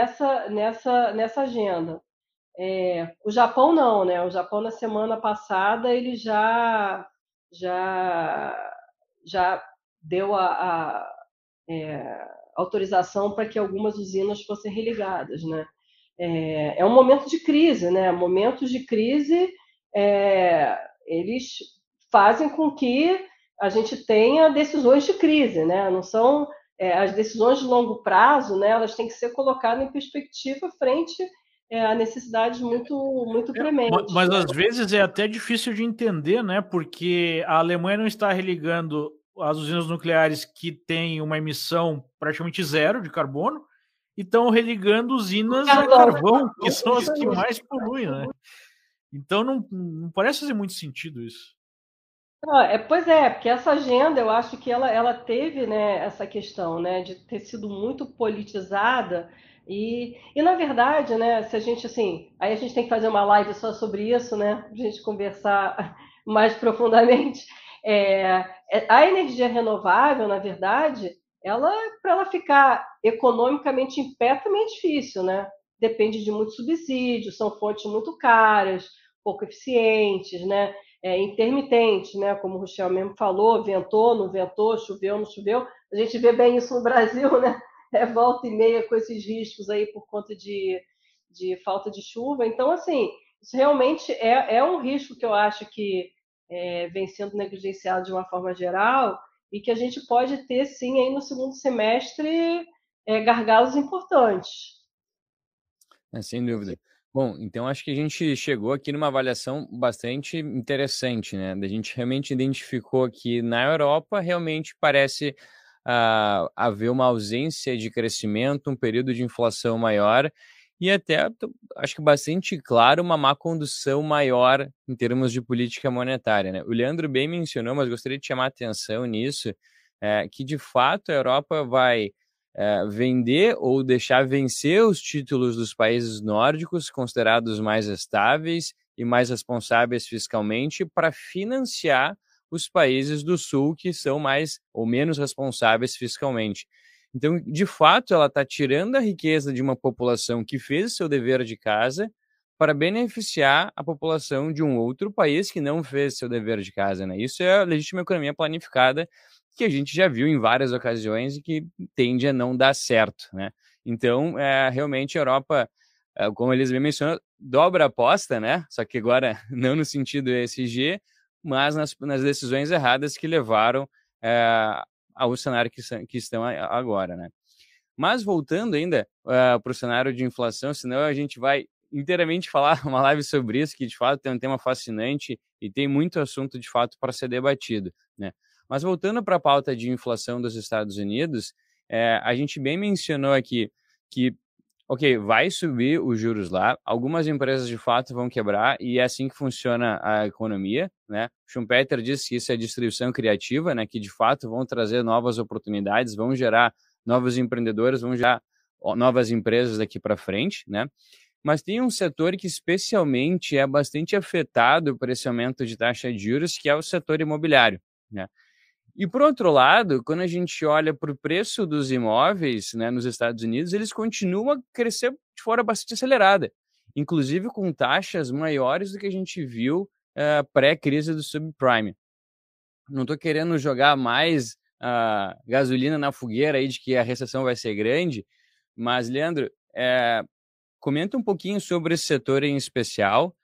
nessa agenda. O Japão não, né? O Japão na semana passada ele já deu a autorização para que algumas usinas fossem religadas, né? É um momento de crise, né? Momentos de crise eles fazem com que a gente tenha decisões de crise, né? Não são as decisões de longo prazo, né? Elas têm que ser colocadas em perspectiva frente a necessidades muito prementes. Mas às vezes é até difícil de entender, né? Porque a Alemanha não está religando as usinas nucleares que têm uma emissão praticamente zero de carbono e estão religando usinas a carvão, que são as que mais poluem, né? Então não parece fazer muito sentido isso. Pois é, porque essa agenda, eu acho que ela teve, né, essa questão, né, de ter sido muito politizada e na verdade, né, se a gente, assim, aí a gente tem que fazer uma live só sobre isso, né, pra gente conversar mais profundamente. A energia renovável, na verdade, para ela ficar economicamente em pé também é difícil, né? Depende de muito subsídio, são fontes muito caras, pouco eficientes, né? Intermitente, né? Como o Rochel mesmo falou, ventou, não ventou, choveu, não choveu. A gente vê bem isso no Brasil, né? Volta e meia com esses riscos aí por conta de falta de chuva. Então, assim, isso realmente é um risco que eu acho que vem sendo negligenciado de uma forma geral e que a gente pode ter, sim, aí no segundo semestre, gargalos importantes. Sem dúvida. Bom, então acho que a gente chegou aqui numa avaliação bastante interessante, né? A gente realmente identificou que na Europa realmente parece haver uma ausência de crescimento, um período de inflação maior e até, acho que bastante claro, uma má condução maior em termos de política monetária, né? O Leandro bem mencionou, mas gostaria de chamar a atenção nisso, que de fato a Europa vai vender ou deixar vencer os títulos dos países nórdicos, considerados mais estáveis e mais responsáveis fiscalmente, para financiar os países do Sul que são mais ou menos responsáveis fiscalmente. Então, de fato, ela está tirando a riqueza de uma população que fez seu dever de casa para beneficiar a população de um outro país que não fez seu dever de casa, né? Isso é a legítima economia planificada que a gente já viu em várias ocasiões e que tende a não dar certo, né? Então, realmente a Europa, como eles bem mencionam, dobra a aposta, né? Só que agora não no sentido ESG, mas nas decisões erradas que levaram ao cenário que estão agora, né? Mas voltando ainda para o cenário de inflação, senão a gente vai inteiramente falar uma live sobre isso, que de fato é um tema fascinante e tem muito assunto de fato para ser debatido, né? Mas voltando para a pauta de inflação dos Estados Unidos, a gente bem mencionou aqui que, ok, vai subir os juros lá, algumas empresas de fato vão quebrar e é assim que funciona a economia, né? Schumpeter disse que isso é distribuição criativa, né? Que de fato vão trazer novas oportunidades, vão gerar novos empreendedores, vão gerar novas empresas daqui para frente, né? Mas tem um setor que especialmente é bastante afetado por esse aumento de taxa de juros, que é o setor imobiliário, né? E, por outro lado, quando a gente olha para o preço dos imóveis, né, nos Estados Unidos, eles continuam a crescer de forma bastante acelerada, inclusive com taxas maiores do que a gente viu pré-crise do subprime. Não estou querendo jogar mais gasolina na fogueira aí de que a recessão vai ser grande, mas, Leandro, comenta um pouquinho sobre esse setor em especial.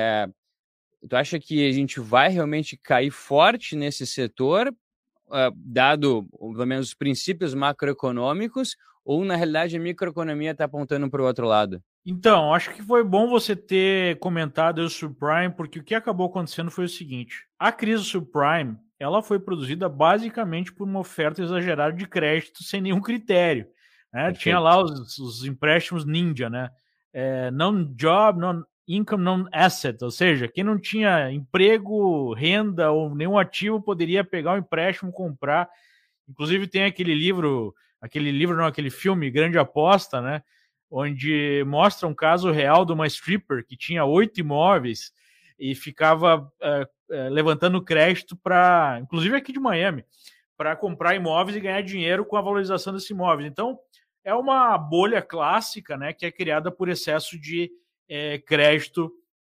Tu acha que a gente vai realmente cair forte nesse setor, dado, pelo menos, os princípios macroeconômicos, ou, na realidade, a microeconomia está apontando para o outro lado? Então, acho que foi bom você ter comentado o subprime, porque o que acabou acontecendo foi o seguinte: a crise subprime, ela foi produzida basicamente por uma oferta exagerada de crédito sem nenhum critério, né? Tinha lá os empréstimos ninja, né? Non-job, non-income, non-asset, ou seja, quem não tinha emprego, renda ou nenhum ativo poderia pegar um empréstimo, comprar. Inclusive tem aquele filme Grande Aposta, né? Onde mostra um caso real de uma stripper que tinha 8 imóveis e ficava levantando crédito para, inclusive aqui de Miami, para comprar imóveis e ganhar dinheiro com a valorização desses imóveis. Então, é uma bolha clássica, né, que é criada por excesso de crédito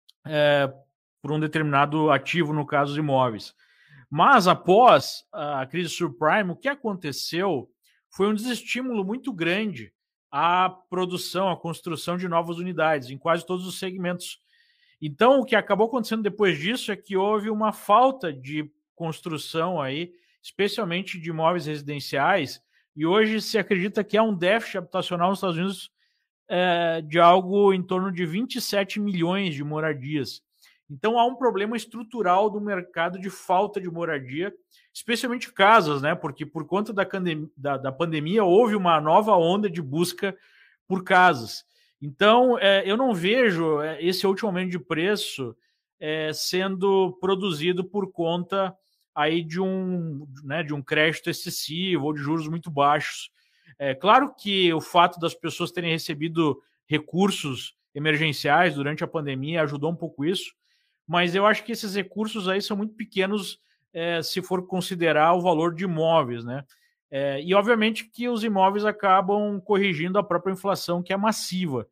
por um determinado ativo, no caso, os imóveis. Mas, após a crise subprime, o que aconteceu foi um desestímulo muito grande à produção, à construção de novas unidades em quase todos os segmentos. Então, o que acabou acontecendo depois disso é que houve uma falta de construção aí, especialmente de imóveis residenciais, e hoje se acredita que há um déficit habitacional nos Estados Unidos de algo em torno de 27 milhões de moradias. Então, há um problema estrutural do mercado de falta de moradia, especialmente casas, né? Porque por conta da pandemia houve uma nova onda de busca por casas. Então, eu não vejo esse último aumento de preço sendo produzido por conta aí de um crédito excessivo ou de juros muito baixos. É claro que o fato das pessoas terem recebido recursos emergenciais durante a pandemia ajudou um pouco isso, mas eu acho que esses recursos aí são muito pequenos se for considerar o valor de imóveis, né? E obviamente que os imóveis acabam corrigindo a própria inflação, que é massiva.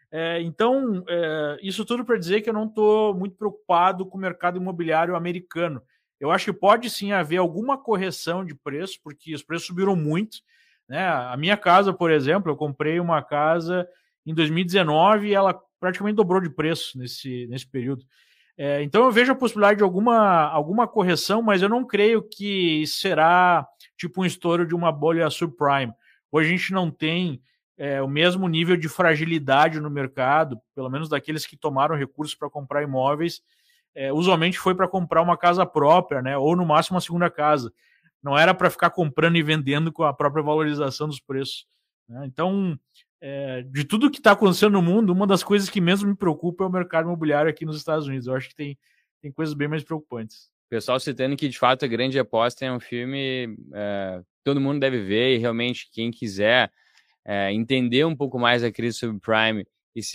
Então, isso tudo para dizer que eu não estou muito preocupado com o mercado imobiliário americano. Eu acho que pode sim haver alguma correção de preço, porque os preços subiram muito, né? A minha casa, por exemplo, eu comprei uma casa em 2019 e ela praticamente dobrou de preço nesse período. Então eu vejo a possibilidade de alguma correção, mas eu não creio que será tipo um estouro de uma bolha subprime. Hoje a gente não tem o mesmo nível de fragilidade no mercado, pelo menos daqueles que tomaram recursos para comprar imóveis, usualmente foi para comprar uma casa própria, né? Ou no máximo uma segunda casa. Não era para ficar comprando e vendendo com a própria valorização dos preços, né? Então, de tudo que está acontecendo no mundo, uma das coisas que menos me preocupa é o mercado imobiliário aqui nos Estados Unidos. Eu acho que tem coisas bem mais preocupantes. O pessoal citando que, de fato, A Grande Aposta é um filme todo mundo deve ver, e realmente quem quiser entender um pouco mais a crise subprime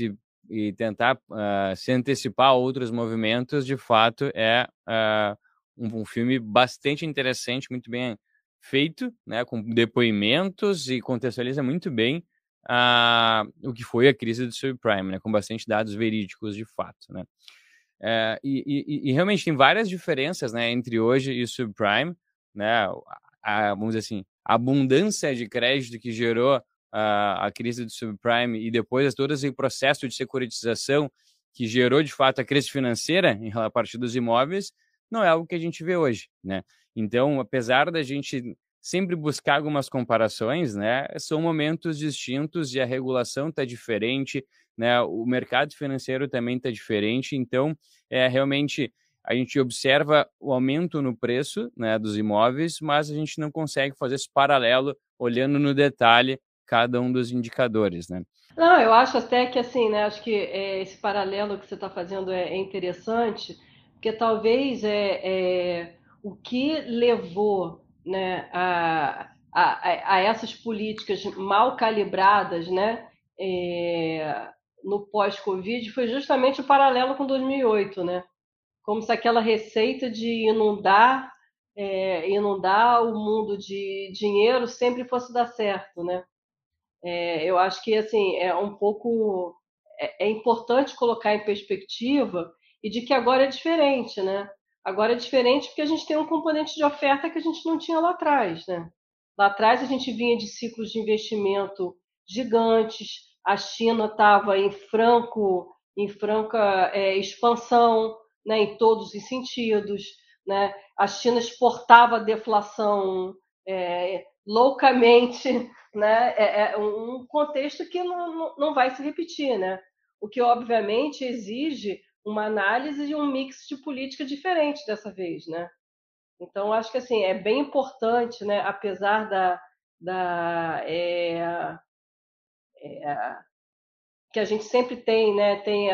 e tentar se antecipar a outros movimentos, de fato, um filme bastante interessante, muito bem feito, né, com depoimentos e contextualiza muito bem o que foi a crise do subprime, né, com bastante dados verídicos de fato, né. E realmente tem várias diferenças, né, entre hoje e o subprime, né, vamos dizer assim, a abundância de crédito que gerou a crise do subprime e depois todo esse processo de securitização que gerou de fato a crise financeira a partir dos imóveis, não é algo que a gente vê hoje, né. Então, apesar da gente sempre buscar algumas comparações, né, são momentos distintos e a regulação está diferente, né, o mercado financeiro também está diferente, então, realmente a gente observa o aumento no preço, né, dos imóveis, mas a gente não consegue fazer esse paralelo olhando no detalhe cada um dos indicadores, né. Não, eu acho até que assim, né? Acho que esse paralelo que você está fazendo é interessante, porque talvez o que levou, né, a essas políticas mal calibradas, né, no pós-Covid foi justamente o paralelo com 2008, né? Como se aquela receita de inundar o mundo de dinheiro sempre fosse dar certo, né? Eu acho que assim é um pouco importante colocar em perspectiva e de que agora é diferente, né? Agora é diferente porque a gente tem um componente de oferta que a gente não tinha lá atrás, né? Lá atrás a gente vinha de ciclos de investimento gigantes, a China estava em franca expansão, né? Em todos os sentidos, né? A China exportava deflação loucamente, né? É um contexto que não vai se repetir, né? O que obviamente exige uma análise e um mix de política diferente dessa vez, né? Então acho que assim é bem importante, né? Apesar que a gente sempre tem, né? Tem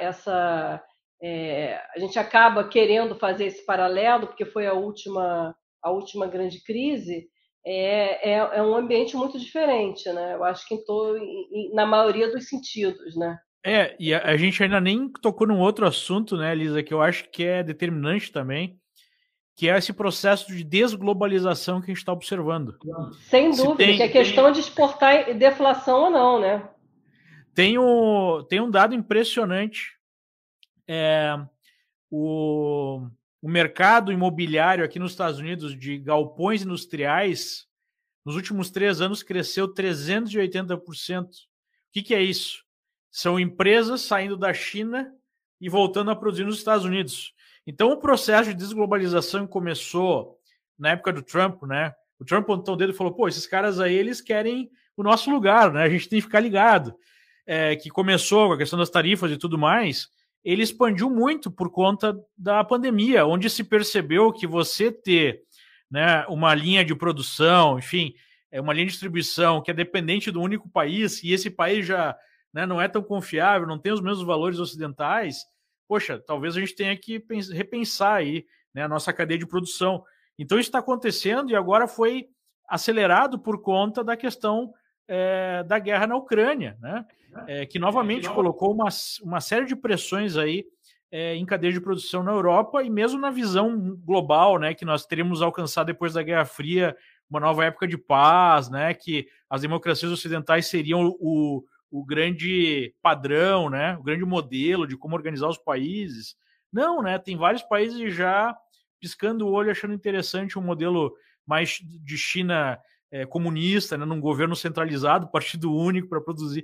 a gente acaba querendo fazer esse paralelo porque foi a última grande crise. É um ambiente muito diferente, né? Eu acho que na maioria dos sentidos, né? E a gente ainda nem tocou num outro assunto, né, Lisa, que eu acho que é determinante também, que é esse processo de desglobalização que a gente está observando. Sem dúvida, que é questão de exportar deflação ou não, né? Tem um dado impressionante. O mercado imobiliário aqui nos Estados Unidos de galpões industriais, nos últimos 3 anos, cresceu 380%. O que é isso? São empresas saindo da China e voltando a produzir nos Estados Unidos. Então, o processo de desglobalização começou na época do Trump, né? O Trump apontou o dedo e falou, pô, esses caras aí, eles querem o nosso lugar, né? A gente tem que ficar ligado. Que começou com a questão das tarifas e tudo mais, ele expandiu muito por conta da pandemia, onde se percebeu que você ter, né, uma linha de produção, enfim, uma linha de distribuição que é dependente do único país, e esse país já, né, não é tão confiável, não tem os mesmos valores ocidentais, poxa, talvez a gente tenha que repensar aí, né, a nossa cadeia de produção. Então isso está acontecendo e agora foi acelerado por conta da questão da guerra na Ucrânia, né? Que novamente colocou uma série de pressões aí em cadeia de produção na Europa e mesmo na visão global, né, que nós teríamos alcançado depois da Guerra Fria, uma nova época de paz, né, que as democracias ocidentais seriam o grande padrão, né, o grande modelo de como organizar os países. Não, né, tem vários países já piscando o olho, achando interessante um modelo mais de China comunista, né, num governo centralizado, partido único para produzir.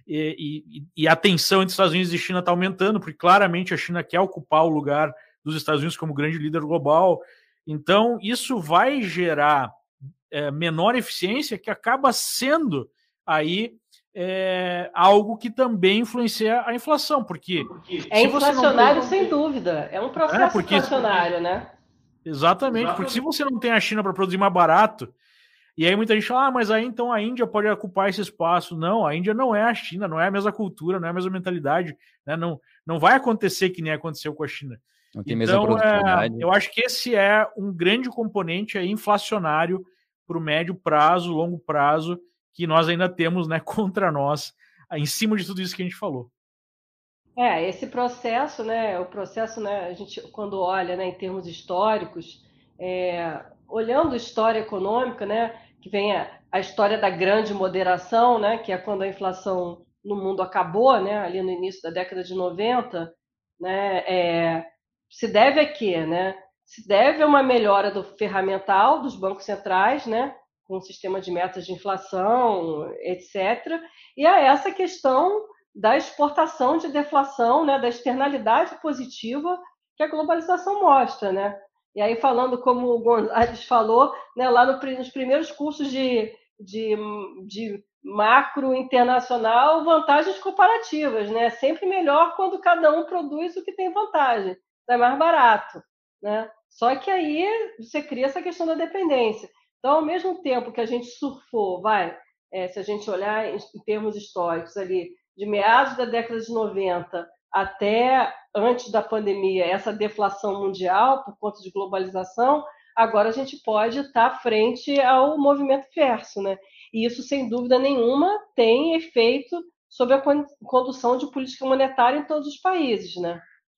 E a tensão entre Estados Unidos e China está aumentando, porque claramente a China quer ocupar o lugar dos Estados Unidos como grande líder global. Então, isso vai gerar menor eficiência, que acaba sendo aí algo que também influencia a inflação, porque... É inflacionário, sem dúvida. É um processo inflacionário, né? Exatamente, porque se você não tem a China para produzir mais barato, e aí muita gente fala, mas aí então a Índia pode ocupar esse espaço. Não, a Índia não é a China, não é a mesma cultura, não é a mesma mentalidade, né? Não vai acontecer que nem aconteceu com a China. Não tem mesma produtividade. Eu acho que esse é um grande componente inflacionário para o médio prazo, longo prazo, que nós ainda temos, né, contra nós, em cima de tudo isso que a gente falou. Esse processo, né, o processo, né, a gente quando olha, né, em termos históricos, olhando a história econômica, né, que vem a história da grande moderação, né, que é quando a inflação no mundo acabou, né, ali no início da década de 90, né, se deve a quê, né? Se deve a uma melhora do ferramental dos bancos centrais, né, com o sistema de metas de inflação, etc., e a essa questão da exportação de deflação, né, da externalidade positiva que a globalização mostra, né? E aí falando como o Gonzalez falou, né, lá nos primeiros cursos de macro internacional, vantagens comparativas, né? Sempre melhor quando cada um produz o que tem vantagem, é mais barato, né? Só que aí você cria essa questão da dependência. Então, ao mesmo tempo que a gente surfou, se a gente olhar em termos históricos ali, de meados da década de 90 até antes da pandemia, essa deflação mundial por conta de globalização, agora a gente pode estar frente ao movimento inverso, né? E isso, sem dúvida nenhuma, tem efeito sobre a condução de política monetária em todos os países, né?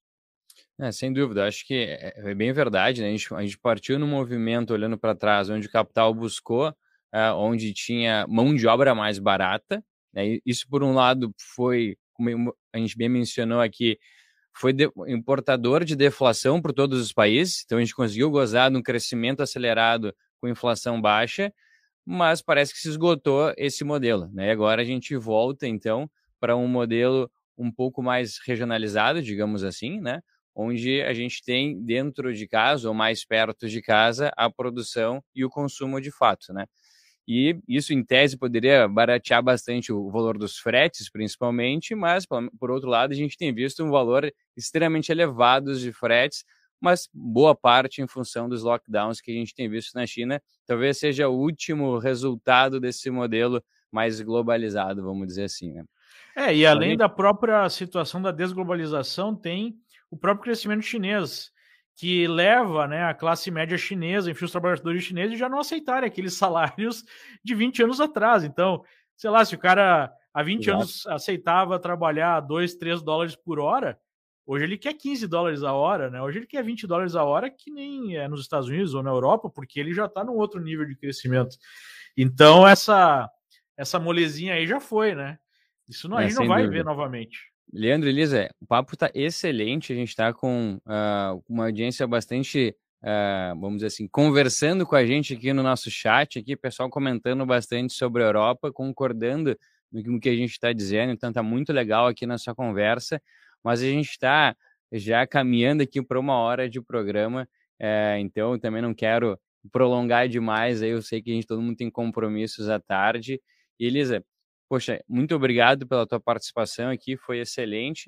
Sem dúvida, acho que é bem verdade, né? A gente partiu no movimento olhando para trás, onde o capital buscou, onde tinha mão de obra mais barata, né? E isso, por um lado, foi, como a gente bem mencionou aqui, foi importador de deflação para todos os países, então a gente conseguiu gozar de um crescimento acelerado com inflação baixa, mas parece que se esgotou esse modelo, né? E agora a gente volta, então, para um modelo um pouco mais regionalizado, digamos assim, né? Onde a gente tem dentro de casa ou mais perto de casa a produção e o consumo de fato, né? E isso, em tese, poderia baratear bastante o valor dos fretes, principalmente, mas, por outro lado, a gente tem visto um valor extremamente elevado de fretes, mas boa parte em função dos lockdowns que a gente tem visto na China, talvez seja o último resultado desse modelo mais globalizado, vamos dizer assim, né? E além da própria situação da desglobalização, tem o próprio crescimento chinês, que leva, né, a classe média chinesa, enfim, os trabalhadores chineses já não aceitarem aqueles salários de 20 anos atrás. Então, sei lá, se o cara há 20 Exato. anos aceitava trabalhar 2, 3 dólares por hora, hoje ele quer 15 dólares a hora, né? Hoje ele quer 20 dólares a hora, que nem é nos Estados Unidos ou na Europa, porque ele já está num outro nível de crescimento. Então, essa molezinha aí já foi, né? Isso não, a gente não Sem vai dúvida. ver novamente. Leandro, Elisa, o papo está excelente, a gente está com uma audiência bastante, vamos dizer assim, conversando com a gente aqui no nosso chat, aqui, pessoal comentando bastante sobre a Europa, concordando no que a gente está dizendo, então está muito legal aqui na sua conversa, mas a gente está já caminhando aqui para 1 hora de programa, então também não quero prolongar demais, aí eu sei que todo mundo tem compromissos à tarde. E, Elisa, poxa, muito obrigado pela tua participação aqui, foi excelente.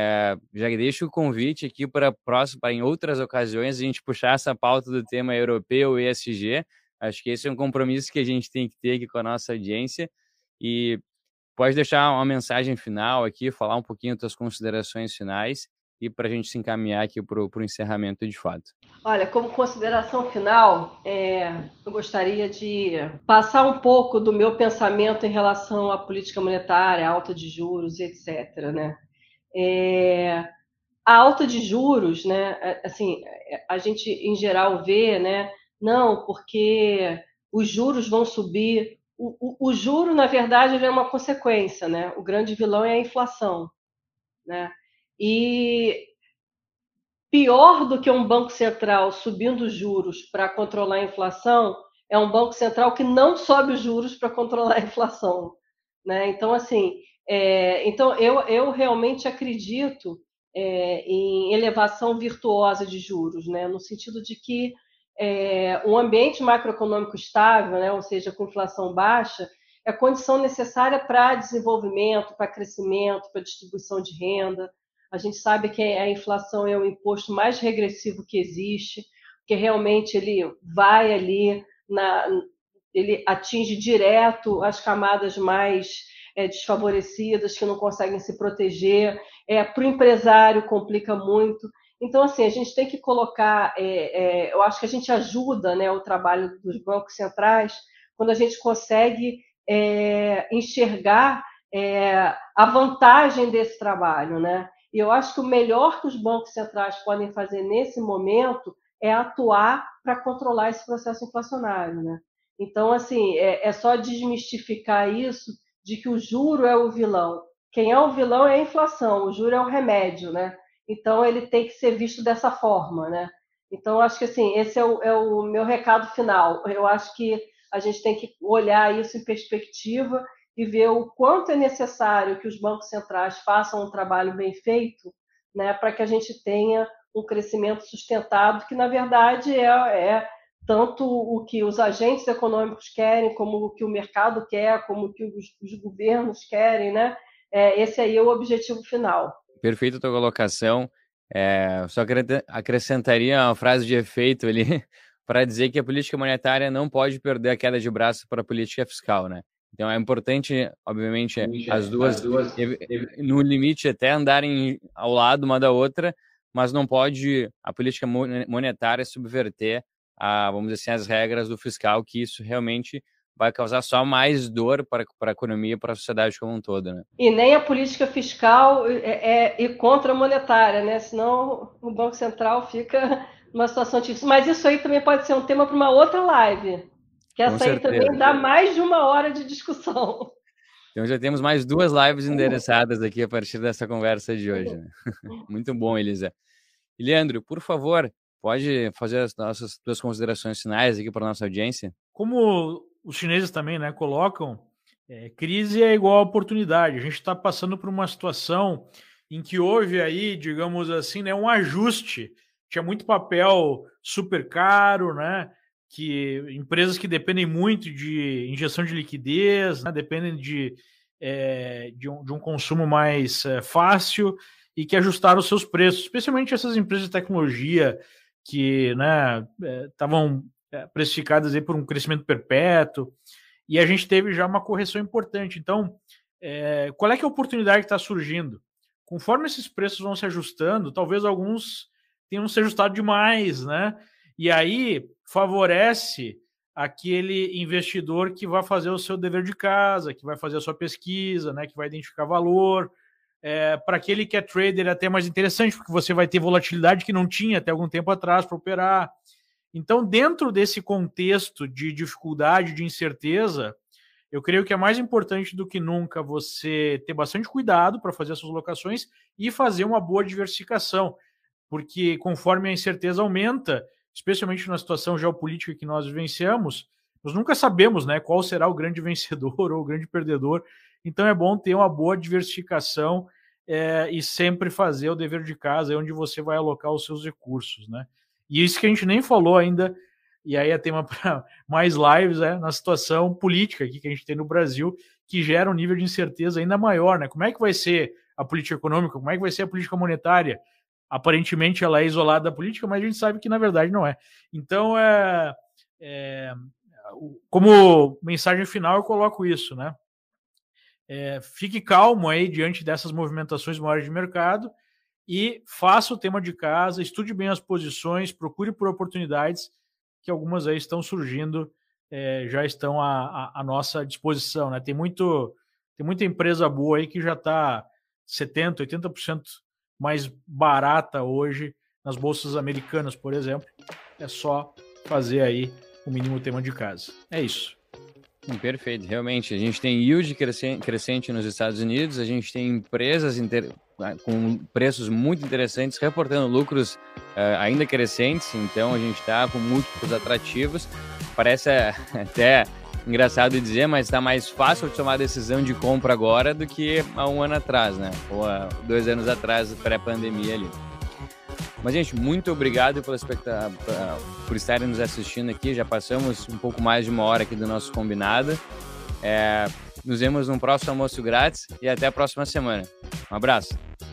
Já deixo o convite aqui para em outras ocasiões a gente puxar essa pauta do tema europeu ESG. Acho que esse é um compromisso que a gente tem que ter aqui com a nossa audiência. E pode deixar uma mensagem final aqui, falar um pouquinho das tuas considerações finais e para a gente se encaminhar aqui para o encerramento de fato. Olha, como consideração final, eu gostaria de passar um pouco do meu pensamento em relação à política monetária, alta de juros, etc., né? A alta de juros, né? Assim, a gente em geral vê, né? Não, porque os juros vão subir. O juro, na verdade, ele é uma consequência, né? O grande vilão é a inflação, né? E pior do que um banco central subindo juros para controlar a inflação é um banco central que não sobe os juros para controlar a inflação, né? Então, assim, então eu realmente acredito em elevação virtuosa de juros, né? No sentido de que um ambiente macroeconômico estável, né? Ou seja, com inflação baixa, é a condição necessária para desenvolvimento, para crescimento, para distribuição de renda. A gente sabe que a inflação é o imposto mais regressivo que existe, porque realmente ele vai ali, ele atinge direto as camadas mais desfavorecidas, que não conseguem se proteger. Para o empresário complica muito. Então, assim, a gente tem que colocar, eu acho que a gente ajuda, né, o trabalho dos bancos centrais quando a gente consegue enxergar a vantagem desse trabalho, né? E eu acho que o melhor que os bancos centrais podem fazer nesse momento é atuar para controlar esse processo inflacionário, né? Então, assim, é só desmistificar isso de que o juro é o vilão. Quem é o vilão é a inflação, o juro é o remédio, né? Então, ele tem que ser visto dessa forma, né? Então, acho que, assim, esse é o meu recado final. Eu acho que a gente tem que olhar isso em perspectiva e ver o quanto é necessário que os bancos centrais façam um trabalho bem feito, né, para que a gente tenha um crescimento sustentado, que, na verdade, é tanto o que os agentes econômicos querem, como o que o mercado quer, como o que os governos querem, né? Esse aí é o objetivo final. Perfeita a tua colocação. Só acrescentaria uma frase de efeito ali para dizer que a política monetária não pode perder a queda de braço para a política fiscal, né? Então é importante, obviamente, as duas, no limite, até andarem ao lado uma da outra, mas não pode a política monetária subverter, vamos dizer assim, as regras do fiscal, que isso realmente vai causar só mais dor para a economia e para a sociedade como um todo, né? E nem a política fiscal é contra a monetária, né? Senão o Banco Central fica numa situação difícil. Mas isso aí também pode ser um tema para uma outra live, que essa aí também dá mais de 1 hora de discussão. Então já temos mais 2 lives endereçadas aqui a partir dessa conversa de hoje, né? Muito bom, Elisa. E Leandro, por favor, pode fazer as tuas considerações finais aqui para a nossa audiência? Como os chineses também, né, colocam, crise é igual a oportunidade. A gente está passando por uma situação em que houve aí, digamos assim, né, um ajuste. Tinha muito papel super caro, né? Que empresas que dependem muito de injeção de liquidez, né, dependem de um consumo mais fácil e que ajustaram os seus preços, especialmente essas empresas de tecnologia que, né, estavam precificadas aí por um crescimento perpétuo, e a gente teve já uma correção importante. Então, qual é que é a oportunidade que está surgindo? Conforme esses preços vão se ajustando, talvez alguns tenham se ajustado demais, né? E aí favorece aquele investidor que vai fazer o seu dever de casa, que vai fazer a sua pesquisa, né? Que vai identificar valor. Para aquele que é trader é até mais interessante, porque você vai ter volatilidade que não tinha até algum tempo atrás para operar. Então, dentro desse contexto de dificuldade, de incerteza, eu creio que é mais importante do que nunca você ter bastante cuidado para fazer as suas locações e fazer uma boa diversificação, porque conforme a incerteza aumenta, especialmente na situação geopolítica que nós vivenciamos, nós nunca sabemos, né, qual será o grande vencedor ou o grande perdedor. Então é bom ter uma boa diversificação e sempre fazer o dever de casa, onde você vai alocar os seus recursos, né? E isso que a gente nem falou ainda, e aí é tema para mais lives, na situação política aqui que a gente tem no Brasil, que gera um nível de incerteza ainda maior, né? Como é que vai ser a política econômica? Como é que vai ser a política monetária? Aparentemente ela é isolada da política, mas a gente sabe que na verdade não é. Então, como mensagem final eu coloco isso, né? Fique calmo aí diante dessas movimentações maiores de mercado e faça o tema de casa, estude bem as posições, procure por oportunidades, que algumas aí estão surgindo, já estão à nossa disposição, né? Tem muita empresa boa aí que já está 70%, 80% mais barata hoje nas bolsas americanas, por exemplo. É só fazer aí o mínimo tema de casa. É isso. Perfeito, realmente. A gente tem yield crescente nos Estados Unidos, a gente tem empresas com preços muito interessantes, reportando lucros ainda crescentes, então a gente está com múltiplos atrativos. Parece até engraçado dizer, mas está mais fácil de tomar a decisão de compra agora do que há 1 ano atrás, né? Ou há 2 anos atrás, pré-pandemia ali. Mas, gente, muito obrigado por estarem nos assistindo aqui. Já passamos um pouco mais de 1 hora aqui do nosso combinado. Nos vemos no próximo almoço grátis e até a próxima semana. Um abraço.